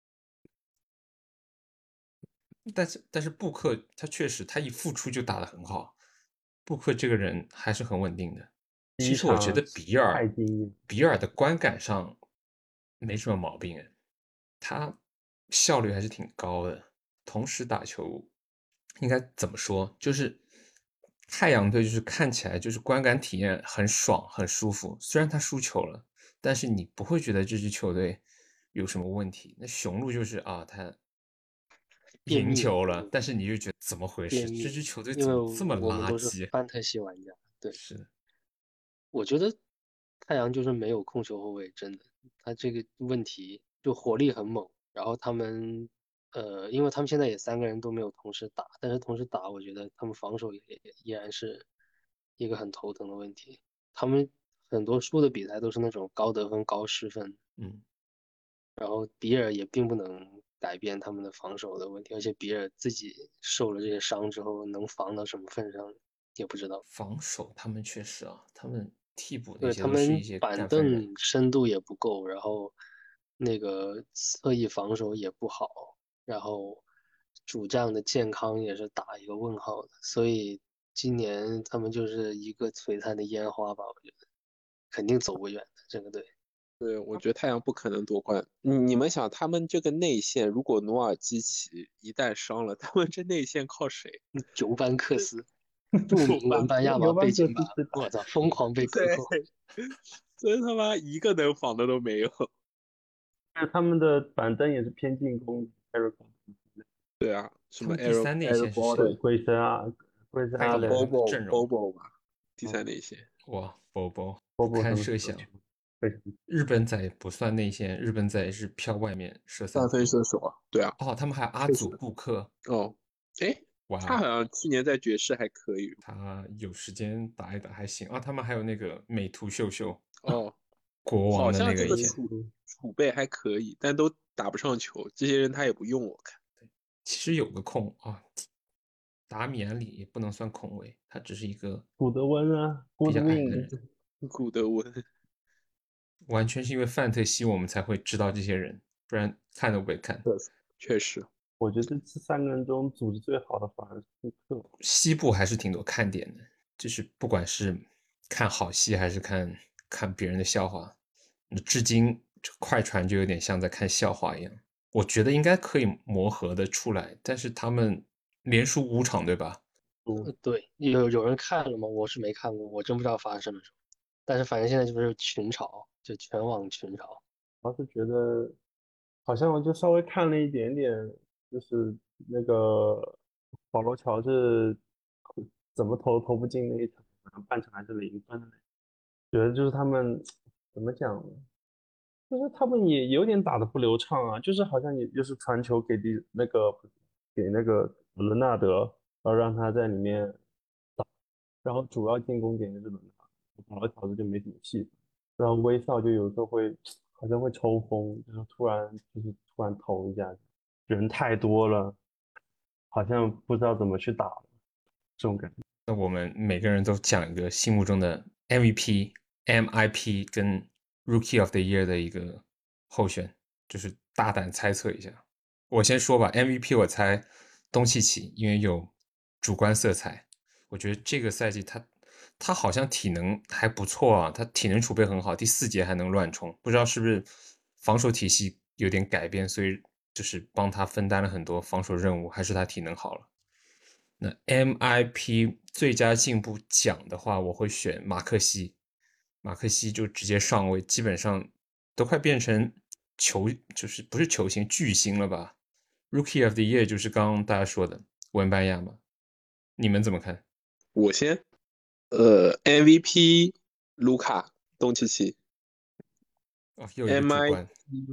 但是但是布克他确实他一复出就打得很好，布克这个人还是很稳定的。 第一其实我觉得场比尔太惊艳， 比尔的观感上没什么毛病哎，他效率还是挺高的。同时打球应该怎么说？就是太阳队就是看起来就是观感体验很爽很舒服，虽然他输球了，但是你不会觉得这支球队有什么问题。那雄鹿就是啊，他赢便秘了， 球了，但是你就觉得怎么回事？ 便秘了， 这支球队因为怎么这么我们都是垃圾？ 范特西玩家。对， 是的， 我觉得太阳就是没有控球后卫，真的，他这个问题就火力很猛，然后他们呃，因为他们现在也三个人都没有同时打，但是同时打，我觉得他们防守也依然是一个很头疼的问题。他们很多输的比赛都是那种高得分、高失分， 嗯， 然后比尔也并不能改变他们的防守的问题，而且比尔自己受了这些伤之后，能防到什么份上也不知道。 防守他们确实啊，他们替补那对， 些他们都是一些板干分人。 凳深度也不够，然后那个侧翼防守也不好，然后主将的健康也是打一个问号的，所以今年他们就是一个璀璨的烟花吧，我觉得肯定走不远的这个队。 对，我觉得太阳不可能夺冠。你你们想，他们这个内线，如果努尔基奇一旦伤了，他们这内线靠谁？ 尤班克斯，著名文班亚马尤班克背景板， 斯是我操，疯狂被克扣。 对，真他妈一个能防的都没有。 就是他们的板凳也是偏进攻，Eric 对啊，什么他们第 Eric 三内 Eric 线是谁？ 龟 Gordon 龟森啊，龟森还有阿伦， 他们的 Bobo 阵容， Bobo 吧，第三嗯， 内线。 哇，波波不波波真的堪设想。 是有球，非常日本仔不算内线，日本仔是飘外面射三三分。 分射手啊，对啊， 哦，他们还有阿祖确实。 布克， 哦，诶，他好哇， 像去年在爵士还可以。 他有时间打一打还行啊。他们还有那个美图秀秀， 哦， 国王的好像那个以前， 这个储储备还可以，但都打不上球，这些人他也不用，我看。 其实有个控啊，达米安里也不能算控卫，他只是一个古德温啊比 ，Good 较矮的 Wing， 人。 古德温， 完全是因为范特西我们才会知道这些人，不然看都不会看。 确实确实。 我觉得这三个人中组织最好的反而是库克。 西部还是挺多看点的，就是不管是看好戏还是看看别人的笑话，那至今这快船就有点像在看笑话一样。我觉得应该可以磨合的出来，但是他们连输五场，对吧？ 呃对，有有人看了吗？我是没看过，我真不知道发生了什么。但是反正现在就是群嘲，就全网群嘲。 主要是觉得好像我就稍微看了一点点，就是那个保罗乔治怎么投投不进那一场，好像半场还是零分的，觉得就是他们怎么讲呢，就是他们也有点打得不流畅啊，就是好像也就是传球给第那个给那个伦纳德，然后让他在里面打，然后主要进攻点就是伦纳德，保罗乔治就没什么戏。然后威少就有时候会好像会抽风，就是突然就是突然投一下，人太多了，好像不知道怎么去打了这种感觉。 那我们每个人都讲一个心目中的 M V P、M I P 跟 Rookie of the Year 的一个候选，就是大胆猜测一下。我先说吧，M V P 我猜东契奇，因为有主观色彩。我觉得这个赛季他他好像体能还不错啊，他体能储备很好，第四节还能乱冲，不知道是不是防守体系有点改变，所以就是帮他分担了很多防守任务，还是他体能好了。那 M I P 最佳进步奖的话，我会选马克西，马克西就直接上位，基本上都快变成球，就是不是球星巨星了吧？Rookie of the Year 就是刚刚大家说的文班亚马，你们怎么看？ 我先，呃，M V P 卢卡东契奇哦，又一个主观，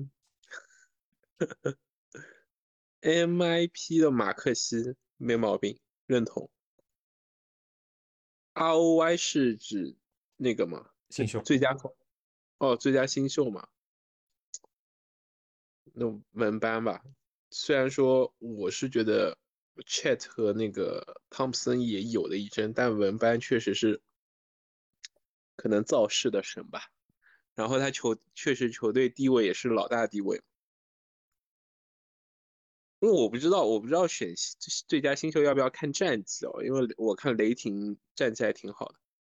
，M I P 的马克西没毛病，认同。R O Y 是指那个吗？ 新秀最佳哦，最佳新秀嘛，那文班吧。虽然说我是觉得 Chet 和那个汤普森也有的一阵，但文班确实是可能造势的神吧。然后他球确实球队地位也是老大地位，因为我不知道我不知道选最佳新秀要不要看战绩哦，因为我看雷霆战绩还挺好的。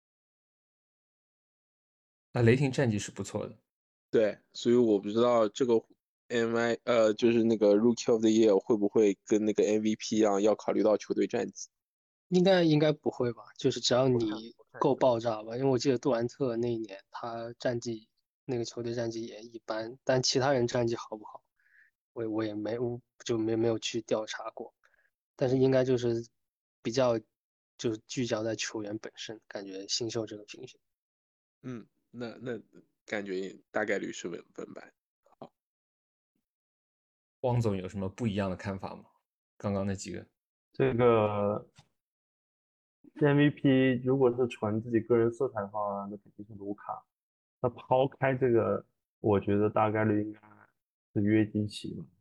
啊，雷霆战绩是不错的。 对，所以我不知道这个 M I 呃就是那个 Rookie of the Year 会不会跟那个 M V P 一样要考虑到球队战绩。 应该应该不会吧？就是只要不太你不太够会。 爆炸吧，因为我记得杜兰特那一年他战绩那个球队战绩也一般，但其他人战绩好不好，我我也没我就没没有去调查过，但是应该就是比较就是聚焦在球员本身，感觉新秀这个评选。 嗯，那那感觉大概率是稳分班。好， 汪总有什么不一样的看法吗？刚刚那几个， 这个 M V P 如果是纯自己个人色彩的话，那肯定是卢卡。那抛开这个，我觉得大概率应该是约基奇吧。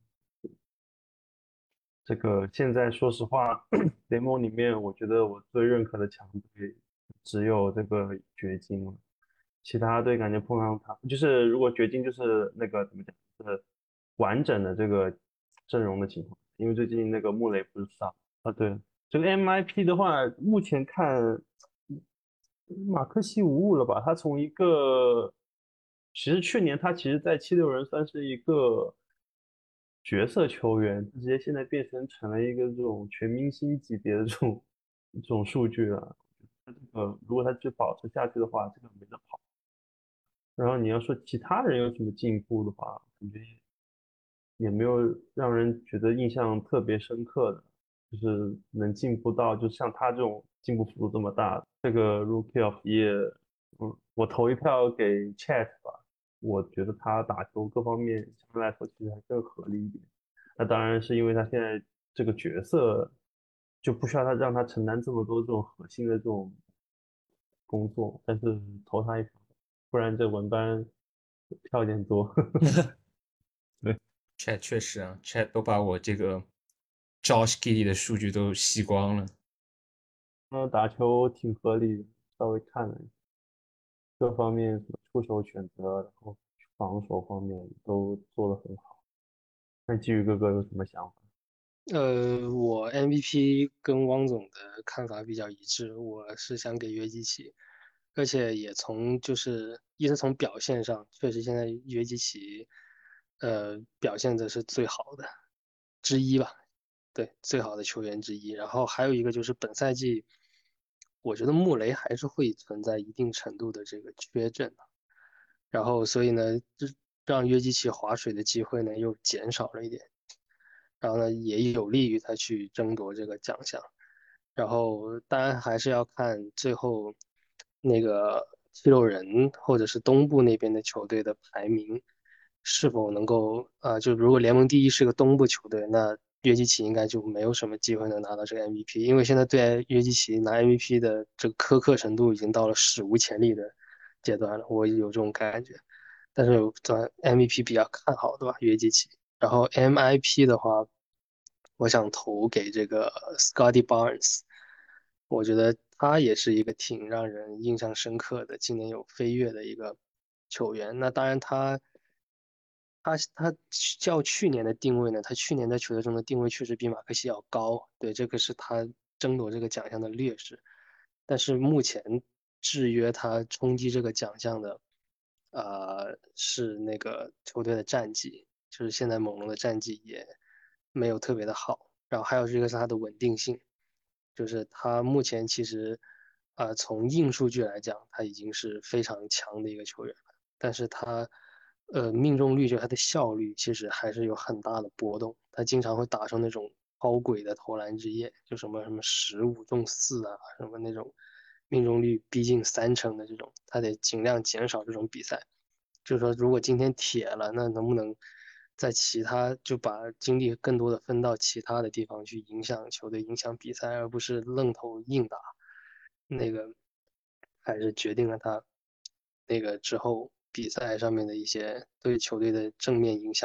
这个现在说实话，联盟里面我觉得我最认可的强队只有这个掘金了，其他队感觉碰上他，就是如果掘金就是那个怎么讲，就是完整的这个阵容的情况，因为最近那个穆雷不是伤啊，对，这个 M I P 的话，目前看马克西无误了吧？他从一个，其实去年他其实在七六人算是一个角色球员，直接现在变成成了一个这种全明星级别的这种这种数据了。他这个如果他就保持下去的话，这个没得跑。然后你要说其他人有什么进步的话，感觉也没有让人觉得印象特别深刻的，就是能进步到就像他这种进步幅度这么大的这个 Rookie of Year，嗯，我投一票给 Chat 吧，我觉得他打球各方面相对来说其实还更合理一点。那当然是因为他现在这个角色就不需要他让他承担这么多这种核心的这种工作，但是投他一票，不然这文班票有点多。对。 Chat 确实啊，Chat 都把我这个 Josh Giddey 的数据都吸光了。 那打球挺合理的，稍微看了一下，各方面什么出手选择，然后防守方面都做得很好。那基宇哥哥有什么想法？ 呃，我 M V P 跟汪总的看法比较一致，我是想给约基奇，而且也从就是一是从表现上，确实现在约基奇，呃，表现的是最好的之一吧，对，最好的球员之一。然后还有一个就是本赛季，我觉得穆雷还是会存在一定程度的这个缺阵的，然后所以呢，就让约基奇划水的机会呢又减少了一点。然后呢，也有利于他去争夺这个奖项。然后当然还是要看最后那个七六人或者是东部那边的球队的排名是否能够啊、呃就如果联盟第一是个东部球队，那约基奇应该就没有什么机会能拿到这个 M V P，因为现在对约基奇拿 M V P 的这个苛刻程度已经到了史无前例的阶段了，我有这种感觉。但是咱 M V P 比较看好，对吧？约基奇。然后 M I P 的话，我想投给这个 Scotty Barnes，我觉得他也是一个挺让人印象深刻的，今年有飞跃的一个球员。那当然他，他他较去年的定位呢，他去年在球队中的定位确实比马克西要高，对，这个是他争夺这个奖项的劣势。但是目前制约他冲击这个奖项的，呃，是那个球队的战绩，就是现在猛龙的战绩也没有特别的好。然后还有这个是他的稳定性，就是他目前其实，呃，从硬数据来讲，他已经是非常强的一个球员了。但是他，呃，命中率就他的效率其实还是有很大的波动。他经常会打上那种超鬼的投篮之夜，就什么什么十五中四啊，什么那种命中率逼近三成的这种，他得尽量减少这种比赛。就是说，如果今天铁了，那能不能在其他就把精力更多的分到其他的地方去影响球队、影响比赛，而不是愣头硬打？那个还是决定了他那个之后比赛上面的一些对球队的正面影响吧。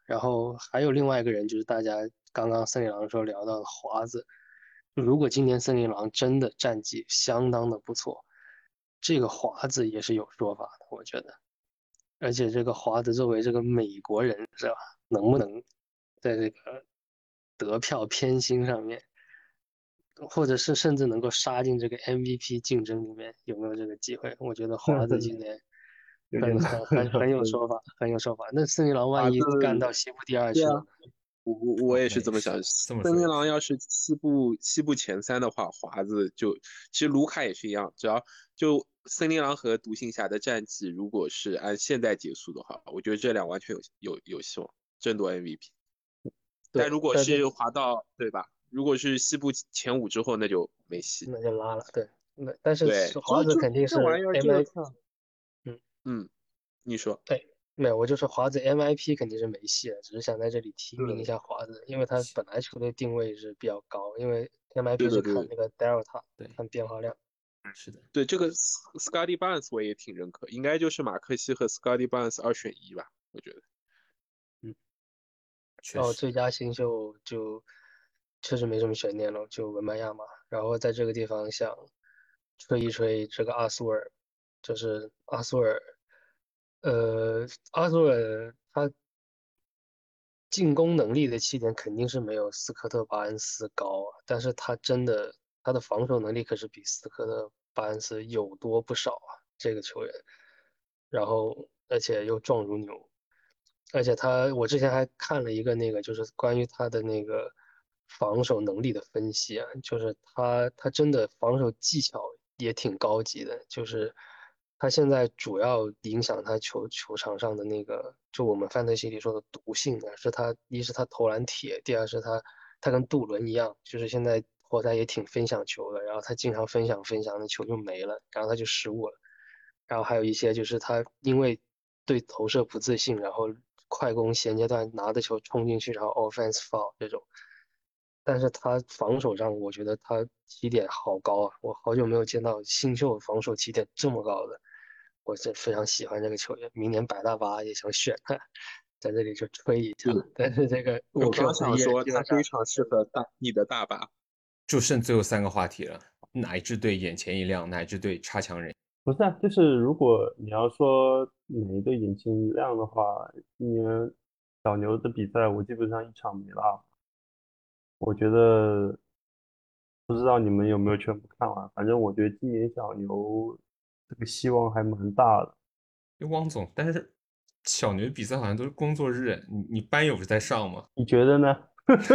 然后还有另外一个人，就是大家刚刚森林狼的时候聊到的华子。如果今年森林狼真的战绩相当的不错，这个华子也是有说法的，我觉得。而且这个华子作为这个美国人是吧，能不能在这个得票偏心上面，或者是甚至能够杀进这个 M V P 竞争里面，有没有这个机会？我觉得华子今年有点很难很很很有了。 说法，很有说法。那森林狼万华子， 一干到西部第二对啊， 去了呢？ 我我我也哦那也是这么想。 是这么森林说也是。 狼要是西部西部前三的话，华子就其实卢卡也是一样，只要就森林狼和独行侠的战绩，如果是按现在结束的话，我觉得这俩完全有有有希望争夺 M V P。但对， 如果但是是滑到对吧？如果是西部前五之后，那就没戏。 那就拉了。对，那但是对， 华子就就肯定是这玩意儿 M 就 I， 看， 嗯， 嗯，你说对，没有，我就说华子 M I P 肯定是没戏了，只是想在这里提名一对， 下华子，因为他本来球队定位是比较高，因为 M I P 是对的对的看那个 Delta， 对， 看变化量。 是的， 对，这个 Scotty Barnes 我也挺认可，应该就是马克西和 Scotty Barnes 二选一吧，我觉得。 嗯，然后确实。 最佳新秀就确实没什么悬念了，就文班亚马。然后在这个地方想吹一吹这个阿苏尔，就是阿苏尔，呃，阿苏尔他进攻能力的起点肯定是没有斯科特·巴恩斯高啊，但是他真的他的防守能力可是比斯科特·巴恩斯有多不少啊，这个球员。然后而且又壮如牛，而且他我之前还看了一个那个就是关于他的那个防守能力的分析啊，就是他他真的防守技巧也挺高级的，就是他现在主要影响他球球场上的那个，就我们范特西里说的毒性呢，是他一是他投篮铁，第二是他他跟杜伦一样，就是现在活塞也挺分享球的，然后他经常分享分享的球就没了，然后他就失误了。然后还有一些就是他因为对投射不自信，然后快攻衔接段拿着球冲进去，然后 offense foul 这种。但是他防守上，我觉得他起点好高啊！我好久没有见到新秀防守起点这么高的，我是非常喜欢这个球员。明年百大巴也想选他，在这里就吹一下。 对， 但是这个我 Rookie 刚 of the 想 Year 说他基本上非常适合大你的大巴。 就剩最后三个话题了，哪一支队眼前一亮，哪一支队差强人？ 不是啊，就是如果你要说哪一队眼前一亮的话，今年小牛的比赛我基本上一场没落。我觉得不知道你们有没有全部看完，反正我觉得今年小牛这个希望还蛮大的。 因为汪总，但是小牛比赛好像都是工作日，你你班有在上吗？ 你觉得呢？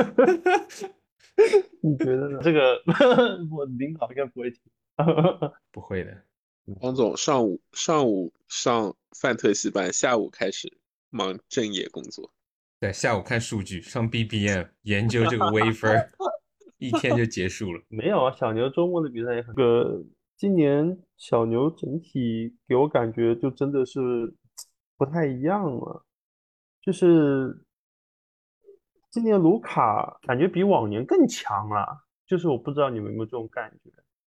你觉得呢？这个我领导应该不会听。 不会的。 王总上午上午上范特西班，下午开始忙正业工作。 对，下午看数据，上 B B M 研究这个微分，一天就结束了。 没有啊，小牛周末的比赛也很。这个今年小牛整体给我感觉就真的是不太一样了，就是今年卢卡感觉比往年更强了，就是我不知道你们有没有这种感觉。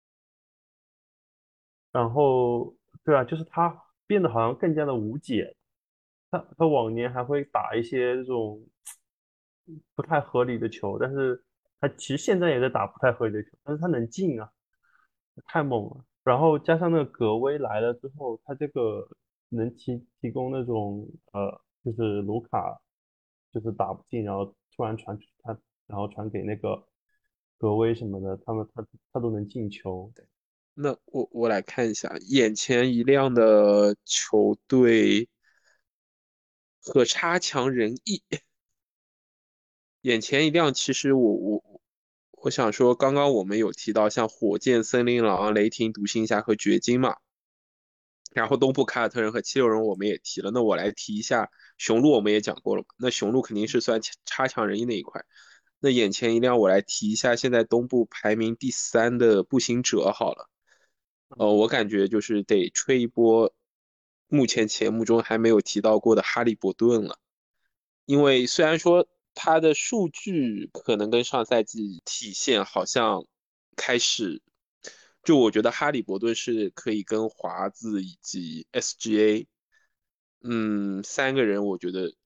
然后，对啊，就是他变得好像更加的无解。他他往年还会打一些这种不太合理的球，但是他其实现在也在打不太合理的球，但是他能进啊，太猛了。然后加上那个格威来了之后，他这个能提提供那种呃，就是卢卡就是打不进，然后突然传他，然后传给那个格威什么的，他们他他都能进球。 那我我来看一下眼前一亮的球队和差强人意。眼前一亮，其实我我我想说，刚刚我们有提到像火箭、森林狼、雷霆、独行侠和掘金嘛，然后东部凯尔特人和七六人我们也提了，那我来提一下雄鹿，我们也讲过了嘛，那雄鹿肯定是算差强人意那一块。那眼前一亮，我来提一下现在东部排名第三的步行者好了。呃，我感觉就是得吹一波，目前节目中还没有提到过的哈利伯顿了。因为虽然说他的数据可能跟上赛季体现好像开始，就我觉得哈利伯顿是可以跟华子以及 S G A，嗯，三个人我觉得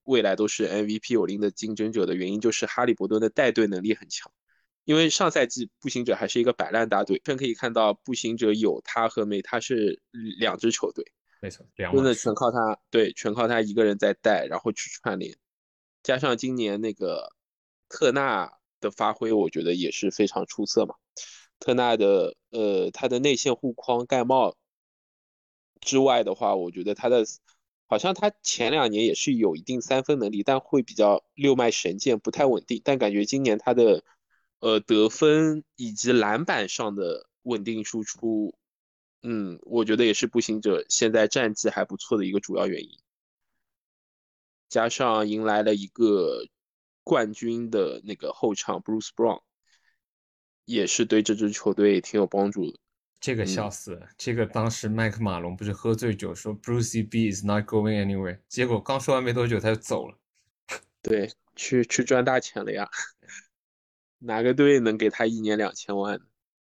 未来都是 M V P 有力的竞争者的原因，就是哈利伯顿的带队能力很强。因为上赛季步行者还是一个摆烂大队，可以看到步行者有他和梅，他是两支球队， 没错，两真的码事。 全靠他，对，全靠他一个人在带，然后去串联，加上今年那个特纳的发挥，我觉得也是非常出色嘛。特纳的呃，他的内线护框盖帽之外的话，我觉得他的好像他前两年也是有一定三分能力，但会比较六脉神剑，不太稳定。但感觉今年他的呃得分以及篮板上的稳定输出，嗯，我觉得也是步行者现在战绩还不错的一个主要原因。加上迎来了一个冠军的那个后场 Bruce Brown，也是对这支球队挺有帮助的。 这个笑嗯， 死了！这个当时麦克马龙不是喝醉酒说 Brucey B is not going anywhere，结果刚说完没多久他就走了。 对，去去赚大钱了呀，哪个队能给他一年两千万？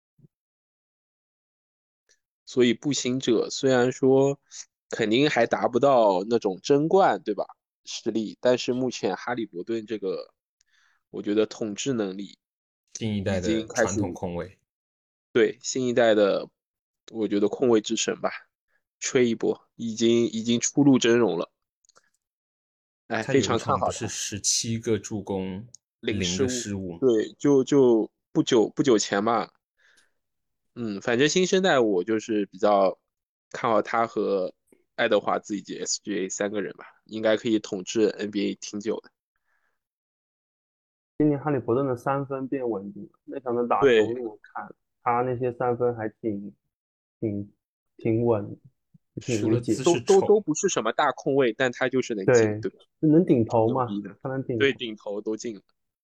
所以步行者虽然说肯定还达不到那种争冠，对吧？实力，但是目前哈利伯顿这个，我觉得统治能力新一代已经的传开始统控卫， 对新一代的，我觉得控卫之神吧，吹一波，已经已经初露真容了。哎， 他非有一场不常看好他。 是十七个助攻，零个零失误， 失误。 对，就就不久不久前吧，嗯，反正新生代我就是比较看好他和爱德华兹以及 S G A 三个人吧，应该可以统治 N B A 挺久的。 今年哈利伯顿的三分变稳定了，那场的打球对， 我看他那些三分还挺挺挺稳，挺除了姿能解。 都都都势丑， 不是什么大控卫，但他就是能进， 对， 对吧？ 能顶挺头嘛， 牛逼的， 他能顶对， 头。 顶头都进了，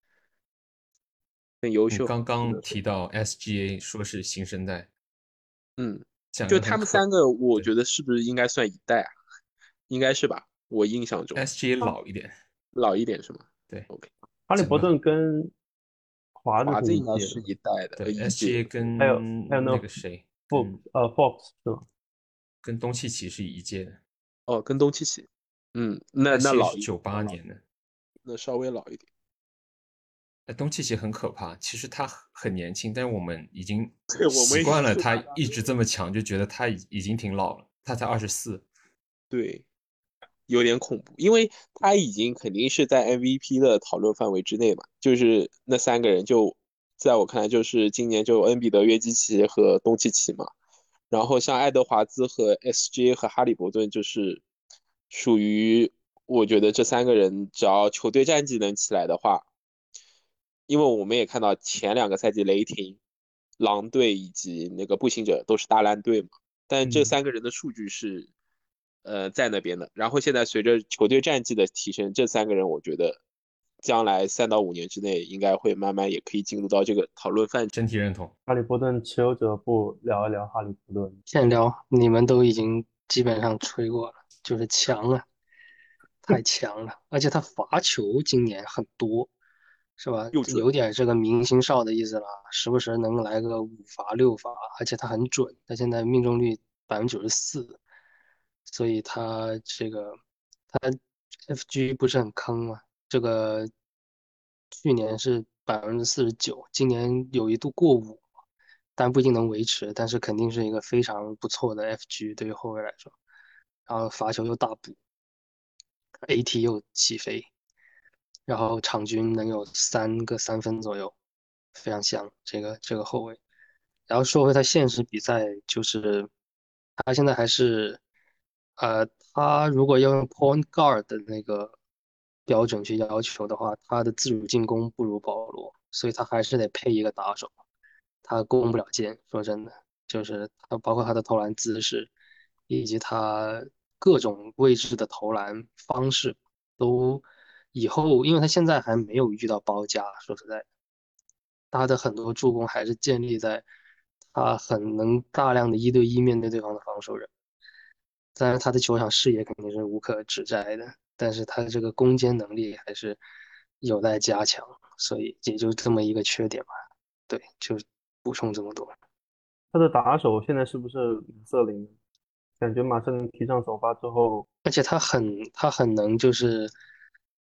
很优秀， 你刚刚只能说， 提到 S G A 说是新生代， 嗯， 讲就个很可， 他们三个，我对觉得是不是应该算一代啊？应该是吧？我印象中 ，S G A 啊， 老一点， 老一点是吗对， ？OK。 整个哈利伯顿跟华子是华子应该一届的， 是一代的，呃， 对一 S G A 届， 还有还有那个跟那个谁，跟 Fox 呃 Fox 是吧？ 跟东契奇是一届的哦，跟东契奇，嗯，那那 ，S G A 老一点， 是九八年的。 那稍微老一点。 哎，东契奇很可怕，其实他很很年轻，但是我们已经对，我们习惯了是他把他， 一直这么强，就觉得他已已经挺老了。他才二十四， 对，有点恐怖，因为他已经肯定是在 M V P 的讨论范围之内嘛，就是那三个人就在我看来就是今年就恩比德、约基奇和东契奇嘛，然后像爱德华兹和 S G A 和哈利伯顿就是属于我觉得这三个人只要球队战绩能起来的话。因为我们也看到前两个赛季雷霆、狼队以及那个步行者都是大烂队嘛，但这嗯， 三个人的数据是呃在那边的。然后现在随着球队战绩的提升，这三个人我觉得将来三到五年之内应该会慢慢也可以进入到这个讨论范畴。 整体认同。 哈利伯顿持有者不聊一聊哈利伯顿？ 现聊你们都已经基本上吹过了，就是强啊，太强了，而且他罚球今年很多，是吧？ 又准， 有点这个明星少的意思了，时不时能来个五罚六罚，而且他很准，他现在命中率百分之九十四，所以他这个他 F G 不是很坑嘛？这个去年是百分之四十九，今年有一度过五，但不一定能维持，但是肯定是一个非常不错的 F G 对于后卫来说，然后罚球又大补，A T 又起飞。然后场均能有三个三分左右，非常香这个这个后卫。然后说回他现实比赛，就是他现在还是，呃，他如果要用 point guard 的那个标准去要求的话，他的自主进攻不如保罗，所以他还是得配一个打手，他攻不了坚。说真的，就是他包括他的投篮姿势，以及他各种位置的投篮方式。都以后，因为他现在还没有遇到包夹，说实在的，他的很多助攻还是建立在他很能大量的一对一面对对方的防守人。当然，他的球场视野肯定是无可指摘的，但是他这个攻坚能力还是有待加强，所以也就这么一个缺点吧。对，就补充这么多。 他的打手现在是不是马瑟林？感觉马瑟林提上首发之后， 而且他很他很能就是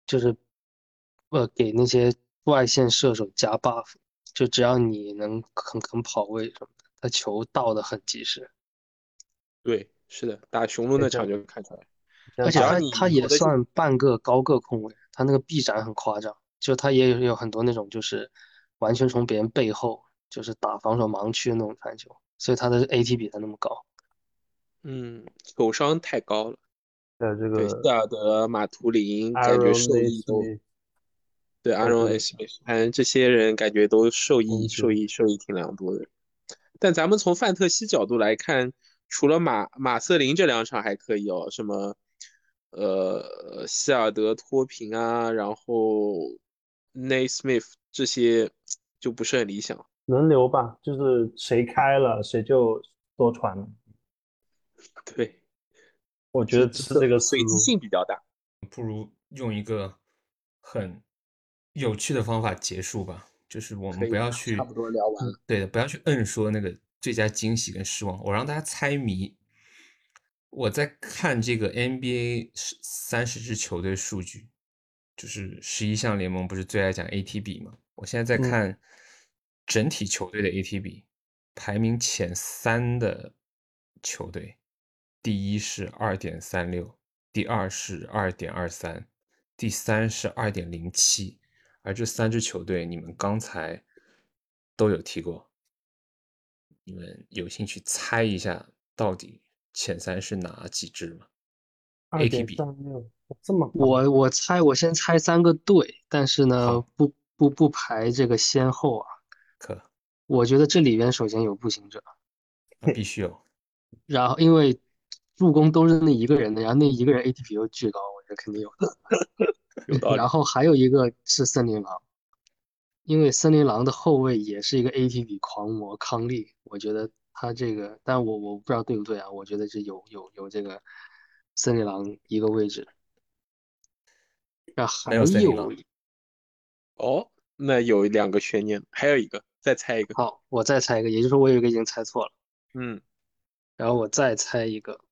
就是呃给那些外线射手加 buff，就只要你能肯肯跑位什么的，他球到的很及时。 对，是的，打雄鹿那场也像就看出来， 而且像打只要你他他也投的进， 算半个高个控卫，他那个臂展很夸张，就他也有有很多那种就是完全从别人背后就是打防守盲区的那种传球，所以他的 A T 比他那么高。 嗯，球商太高了。 在这对，希个尔德、马图林感觉 Aaron 受益都 Nesmith 对，阿荣、 在这里 S 反正这些人感觉都受益、 冲击。 受益、受益挺良多的。但咱们从范特西角度来看，除了马马瑟林这两场还可以哦，什么呃希尔德脱贫啊，然后 Naismith 这些就不是很理想。 轮流吧，就是谁开了谁就多传， 对， 我觉这这得是这个思随机路。 性比较大。 不如用一个很有趣的方法结束吧，就是我们不可以， 要去， 差不多聊完了。 对的，不要去硬说那个最佳惊喜跟失望，我让大家猜谜。我在看这个 N B A 三十支球队数据，就是十一项联盟不是最爱讲 A T 比吗？我现在在嗯， 看整体球队的 A T 比，排名前三的球队，第一是二点三六，第二是二点二三，第三是二点零七，而这三支球队你们刚才都有提过，你们有兴趣猜一下到底前三是哪几支吗二点 ？A T 比三六这么高， 我我猜我先猜三个队，但是呢好， 不不不排这个先后啊。 可我觉得这里边首先有步行者， 啊必须有， 然后因为助攻都是那一个人的，然后那一个人 A T P 又巨高，我觉得肯定有他。 有道理。 然后还有一个是森林狼，因为森林狼的后卫也是一个 A T P 狂魔康利，我觉得他这个，但我我不知道对不对啊，我觉得是有有有这个森林狼一个位置，然后没还有有森林狼， 哦，那有两个悬念，还有一个，再猜一个。 好，我再猜一个，也就是说我有一个已经猜错了， 嗯， 然后我再猜一个，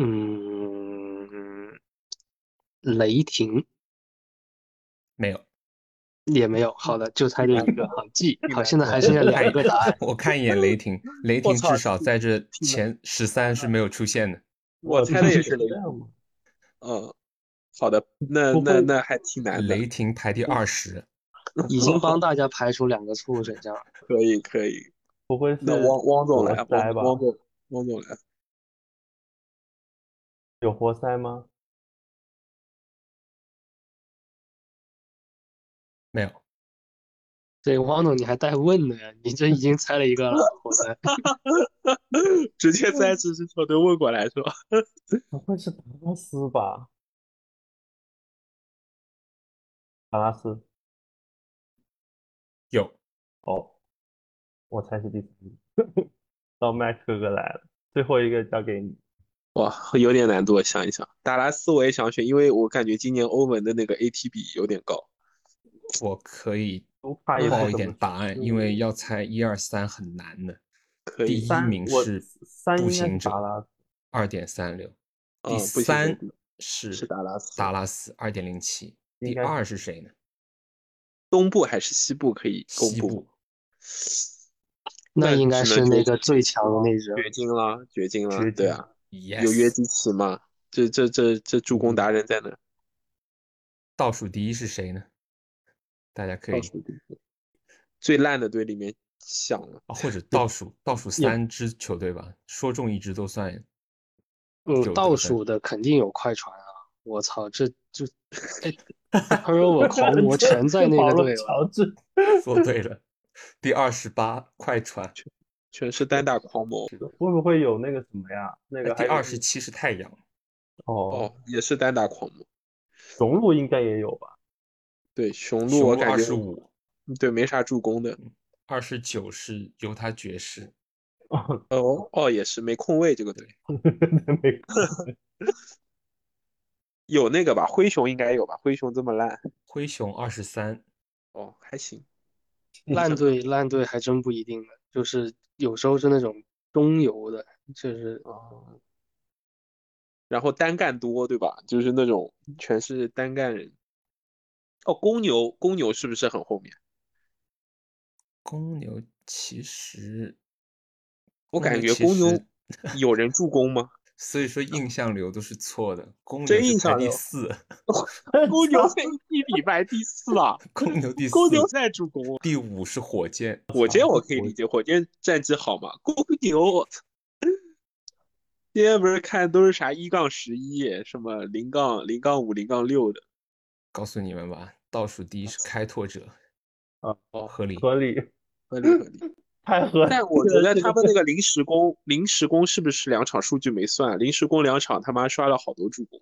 嗯，雷霆没有。 也没有，好的，就猜这一个，好记，好， 挺难的。 现在还剩下我看一两个答案， 我看一眼雷霆，雷霆我操， 至少在这挺难。 前十三是没有出现的。 我猜的也我的天， 是雷霆。 这样吗？ 嗯，好的，那不会那那还挺难的。 雷霆排第二十， 已经帮大家排除两个错误选项了。 可以可以。 不会那是汪汪总活来，汪塞吧？ 汪总汪总来。 有活塞吗？ 没有。 对，汪总，你还带问的呀？你这已经猜了一个了，活塞。 直接在知识球队问过来是吧？ 不会是达拉斯吧？达拉斯。 有。 哦，我猜是第三个。到麦克哥来了，最后一个交给你。 哇，有点难度，我想一想。达拉斯我也想选，因为我感觉今年欧文的那个 A T 比有点高。 我可以卢卡也不报一怎么点答案，因为是要猜一二三很难的。 可以。 第一三，我名是步三应该是行者， 达拉斯。 二点三六，第嗯，不行，这三是是达拉斯。 达拉斯，二点零七，第应该是二是谁呢？ 东部还是西部可以公布吗？ 西部。 那应该那只能是那个掘金最强的那只了。 掘金了，掘金了， 掘金。 对啊，有约 Yes， 基奇嘛？这这这这助攻达嗯， 人在哪？ 倒数第一是谁呢？大家可以倒数第一，最烂的队里面想了。 啊，或者倒数倒数也， 三支球队吧，说中一支都算嗯， 有得分。 倒数的肯定有快船啊！我操，这这，哎 t u r n o v e r 狂魔全在那保罗个队了。 乔治。 说对了，第二十八快船， 全是单打狂魔。 会不会有那个什么呀？那那第个还有二十七是太阳， 哦， 哦，也是单打狂魔。 雄鹿应该也有吧？ 对，雄鹿雄鹿二我感觉十五， 对没啥助攻的。 二十九是犹他爵士， 哦， 哦哦，也是没空位这个队。 没有那个吧，灰熊应该有吧？灰熊这么烂。 灰熊二十三， 哦，还行。 烂队烂队还真不一定的，就是有时候是那种中游的，就是哦，然后单干多，对吧？就是那种全是单干人。 哦，公牛，公牛是不是很后面？ 公牛其实， 我感公牛觉公牛其实， 有人助攻吗？ 所以说印象流都是错的。公牛真是排印象流， 第四， 公牛在一比排第四啊， 公牛第公牛四， 在助攻， 第五是火箭。 火箭我可以我理解，火箭战绩好嘛。公牛，今天不是看都是啥一杠十一，什么零杠零杠五、零杠六的。 告诉你们吧，倒数第一是开拓者， 啊， 哦， 合理。 合理， 合理合理。 太合理但我觉了，这个得他们那个临时工，临时工是不是两场数据没算？临时工两场他妈刷了好多助攻。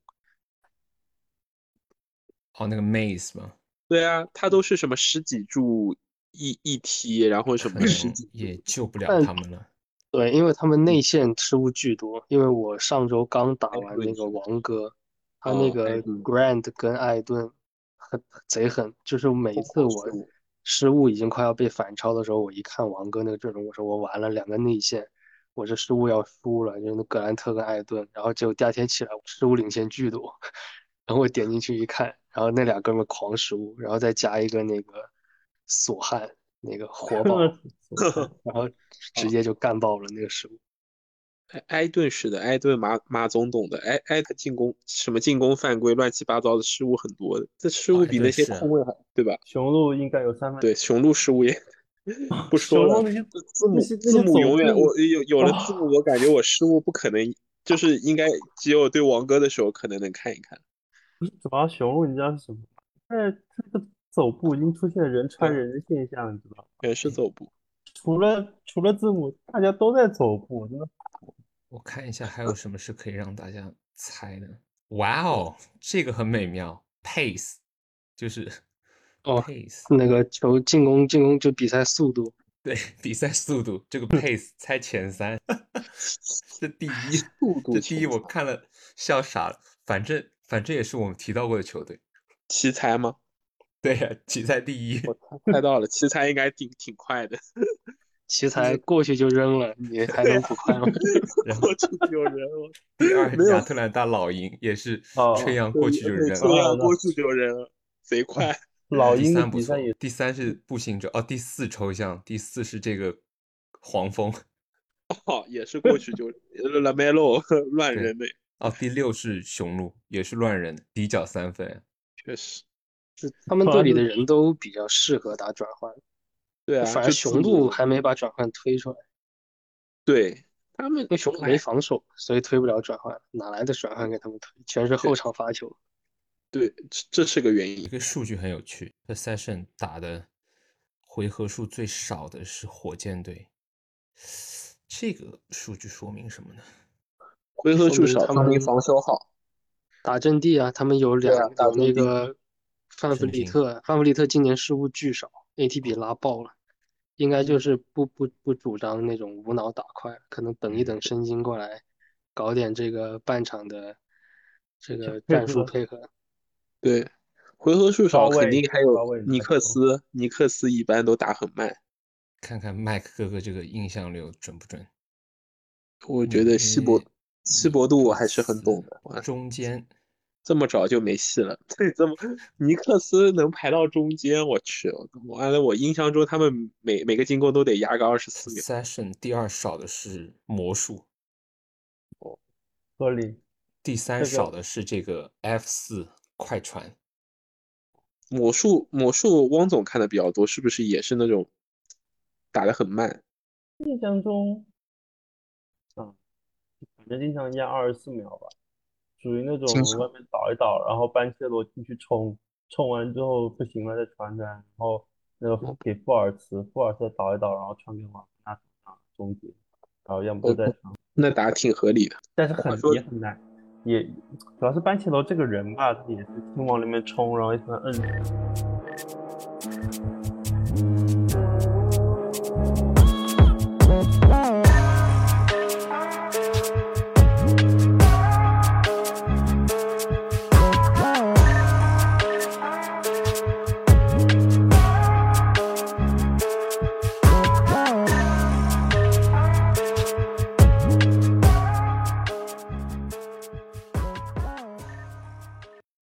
哦，那个 Maze 嘛， 对啊，他都是什么十几助一一踢，然后什可么十能几助。 也救不了但他们了。 对，因为他们内线失误巨多。因为我上周刚打艾完那个顿是不是？ 王哥，他那哦，艾个顿 Grant 跟艾顿很贼狠，就是每一疯次我狂失误。 失误已经快要被反超的时候，我一看王哥那个阵容，我说我完了，两个内线，我这失误要输了，就是那格兰特跟艾顿，然后结果第二天起来失误领先巨多，然后我点进去一看，然后那俩哥们狂失误，然后再加一个那个索汉那个活宝，然后直接就干爆了那个失误。 埃埃顿是的，埃顿马马总懂的，埃埃他进攻什么进攻犯规乱七八糟的失误很多的，这失哦，艾误比那些顿是啊， 控卫还对吧？ 雄鹿应该有三分， 对，雄鹿失误也不说了， 雄鹿那些字字那母字些那些走母永远步我有有了字母， 啊， 我感觉我失误不可能，就是应该只有对王哥的时候可能能看一看。 不是主要雄鹿，你知道是什么吗？在这个走步已经出现人对啊， 传人的现象，你知道吗？ 全是走步。 除了除了字母，大家都在走步，真的。 我看一下还有什么是可以让大家猜的。哇哦，这个很美妙，pace 就是哦， pace， 那个球进攻进攻就比赛速度。 对，比赛速度这个 pace 猜前三，这第一， 速度这第一前三， 我看了笑傻了。反正反正也是我们提到过的球队， 奇才吗？ 对呀、奇才第一。 我猜猜到了，奇才应该挺挺快的。 奇才就是过去就扔了，你还对呀、 能不快吗？ 然后过去就有人了， 第二没有亚特兰大老鹰也是吹哦， 杨对过去就对， 扔了。 崔当然了， 杨过去就人了，贼快。 第老鹰的三不错， 比赛也第三是步行者哦，第四抽象，第四是这个黄蜂， 哦，也是过去就拉梅洛乱对， 人的， 哦，第六是雄鹿，也是乱人，底角三分。 确实。 是他们主要是队里的人都比较适合打转换， 对啊， 反而就字雄鹿母， 还没把转换推出来， 对他们， 因为雄鹿没哎， 防守，所以推不了转换，哪来的转换给他们推？全是后确实， 场发球。 对，这这是个原因。 一个数据很有趣，possession 打的回合数最少的是火箭队，这个数据说明什么呢？ 回合说明数少，说明他们防守好。 打阵地啊，他们有对啊， 两有大阵地。 那个范弗圣经里特，范弗里特今年失误巨少，A T 比拉爆了，应该就嗯是不不不主张那种无脑打快，可能等一嗯， 等申京过来，搞点这个半场的这个战术配合配合。 对，回合数少，肯高位定还有高位尼拿球， 克斯，尼克斯一般都打很慢。 看看麦克哥哥这个印象流准不准？ 我觉得希伯纽约希伯杜尼克还是很懂斯的。哇， 中间， 这么早就没戏了。对，这么尼克斯能排到中间，我去，完了，我印象中他们每每个进攻都得压个二十四秒。 possession 第二少的是魔术， 合理。 第三这个少的是这个 F 四快船。 魔术魔术，汪总看的比较多，是不是也是那种打得很慢？ 印象中，啊，反正经常压二十四秒吧，属于那经常。 种外面倒一倒，然后班切罗进去冲，冲完之后不行了再传单，然后那个哦给富尔茨，富尔茨倒一倒，然后传给瓦纳啊终结，然后要么就哦， 再传， 那打挺合理的。 但是很话说， 也很难，也主要是班切罗这个人吧，他也是听往里面冲，然后一直摁。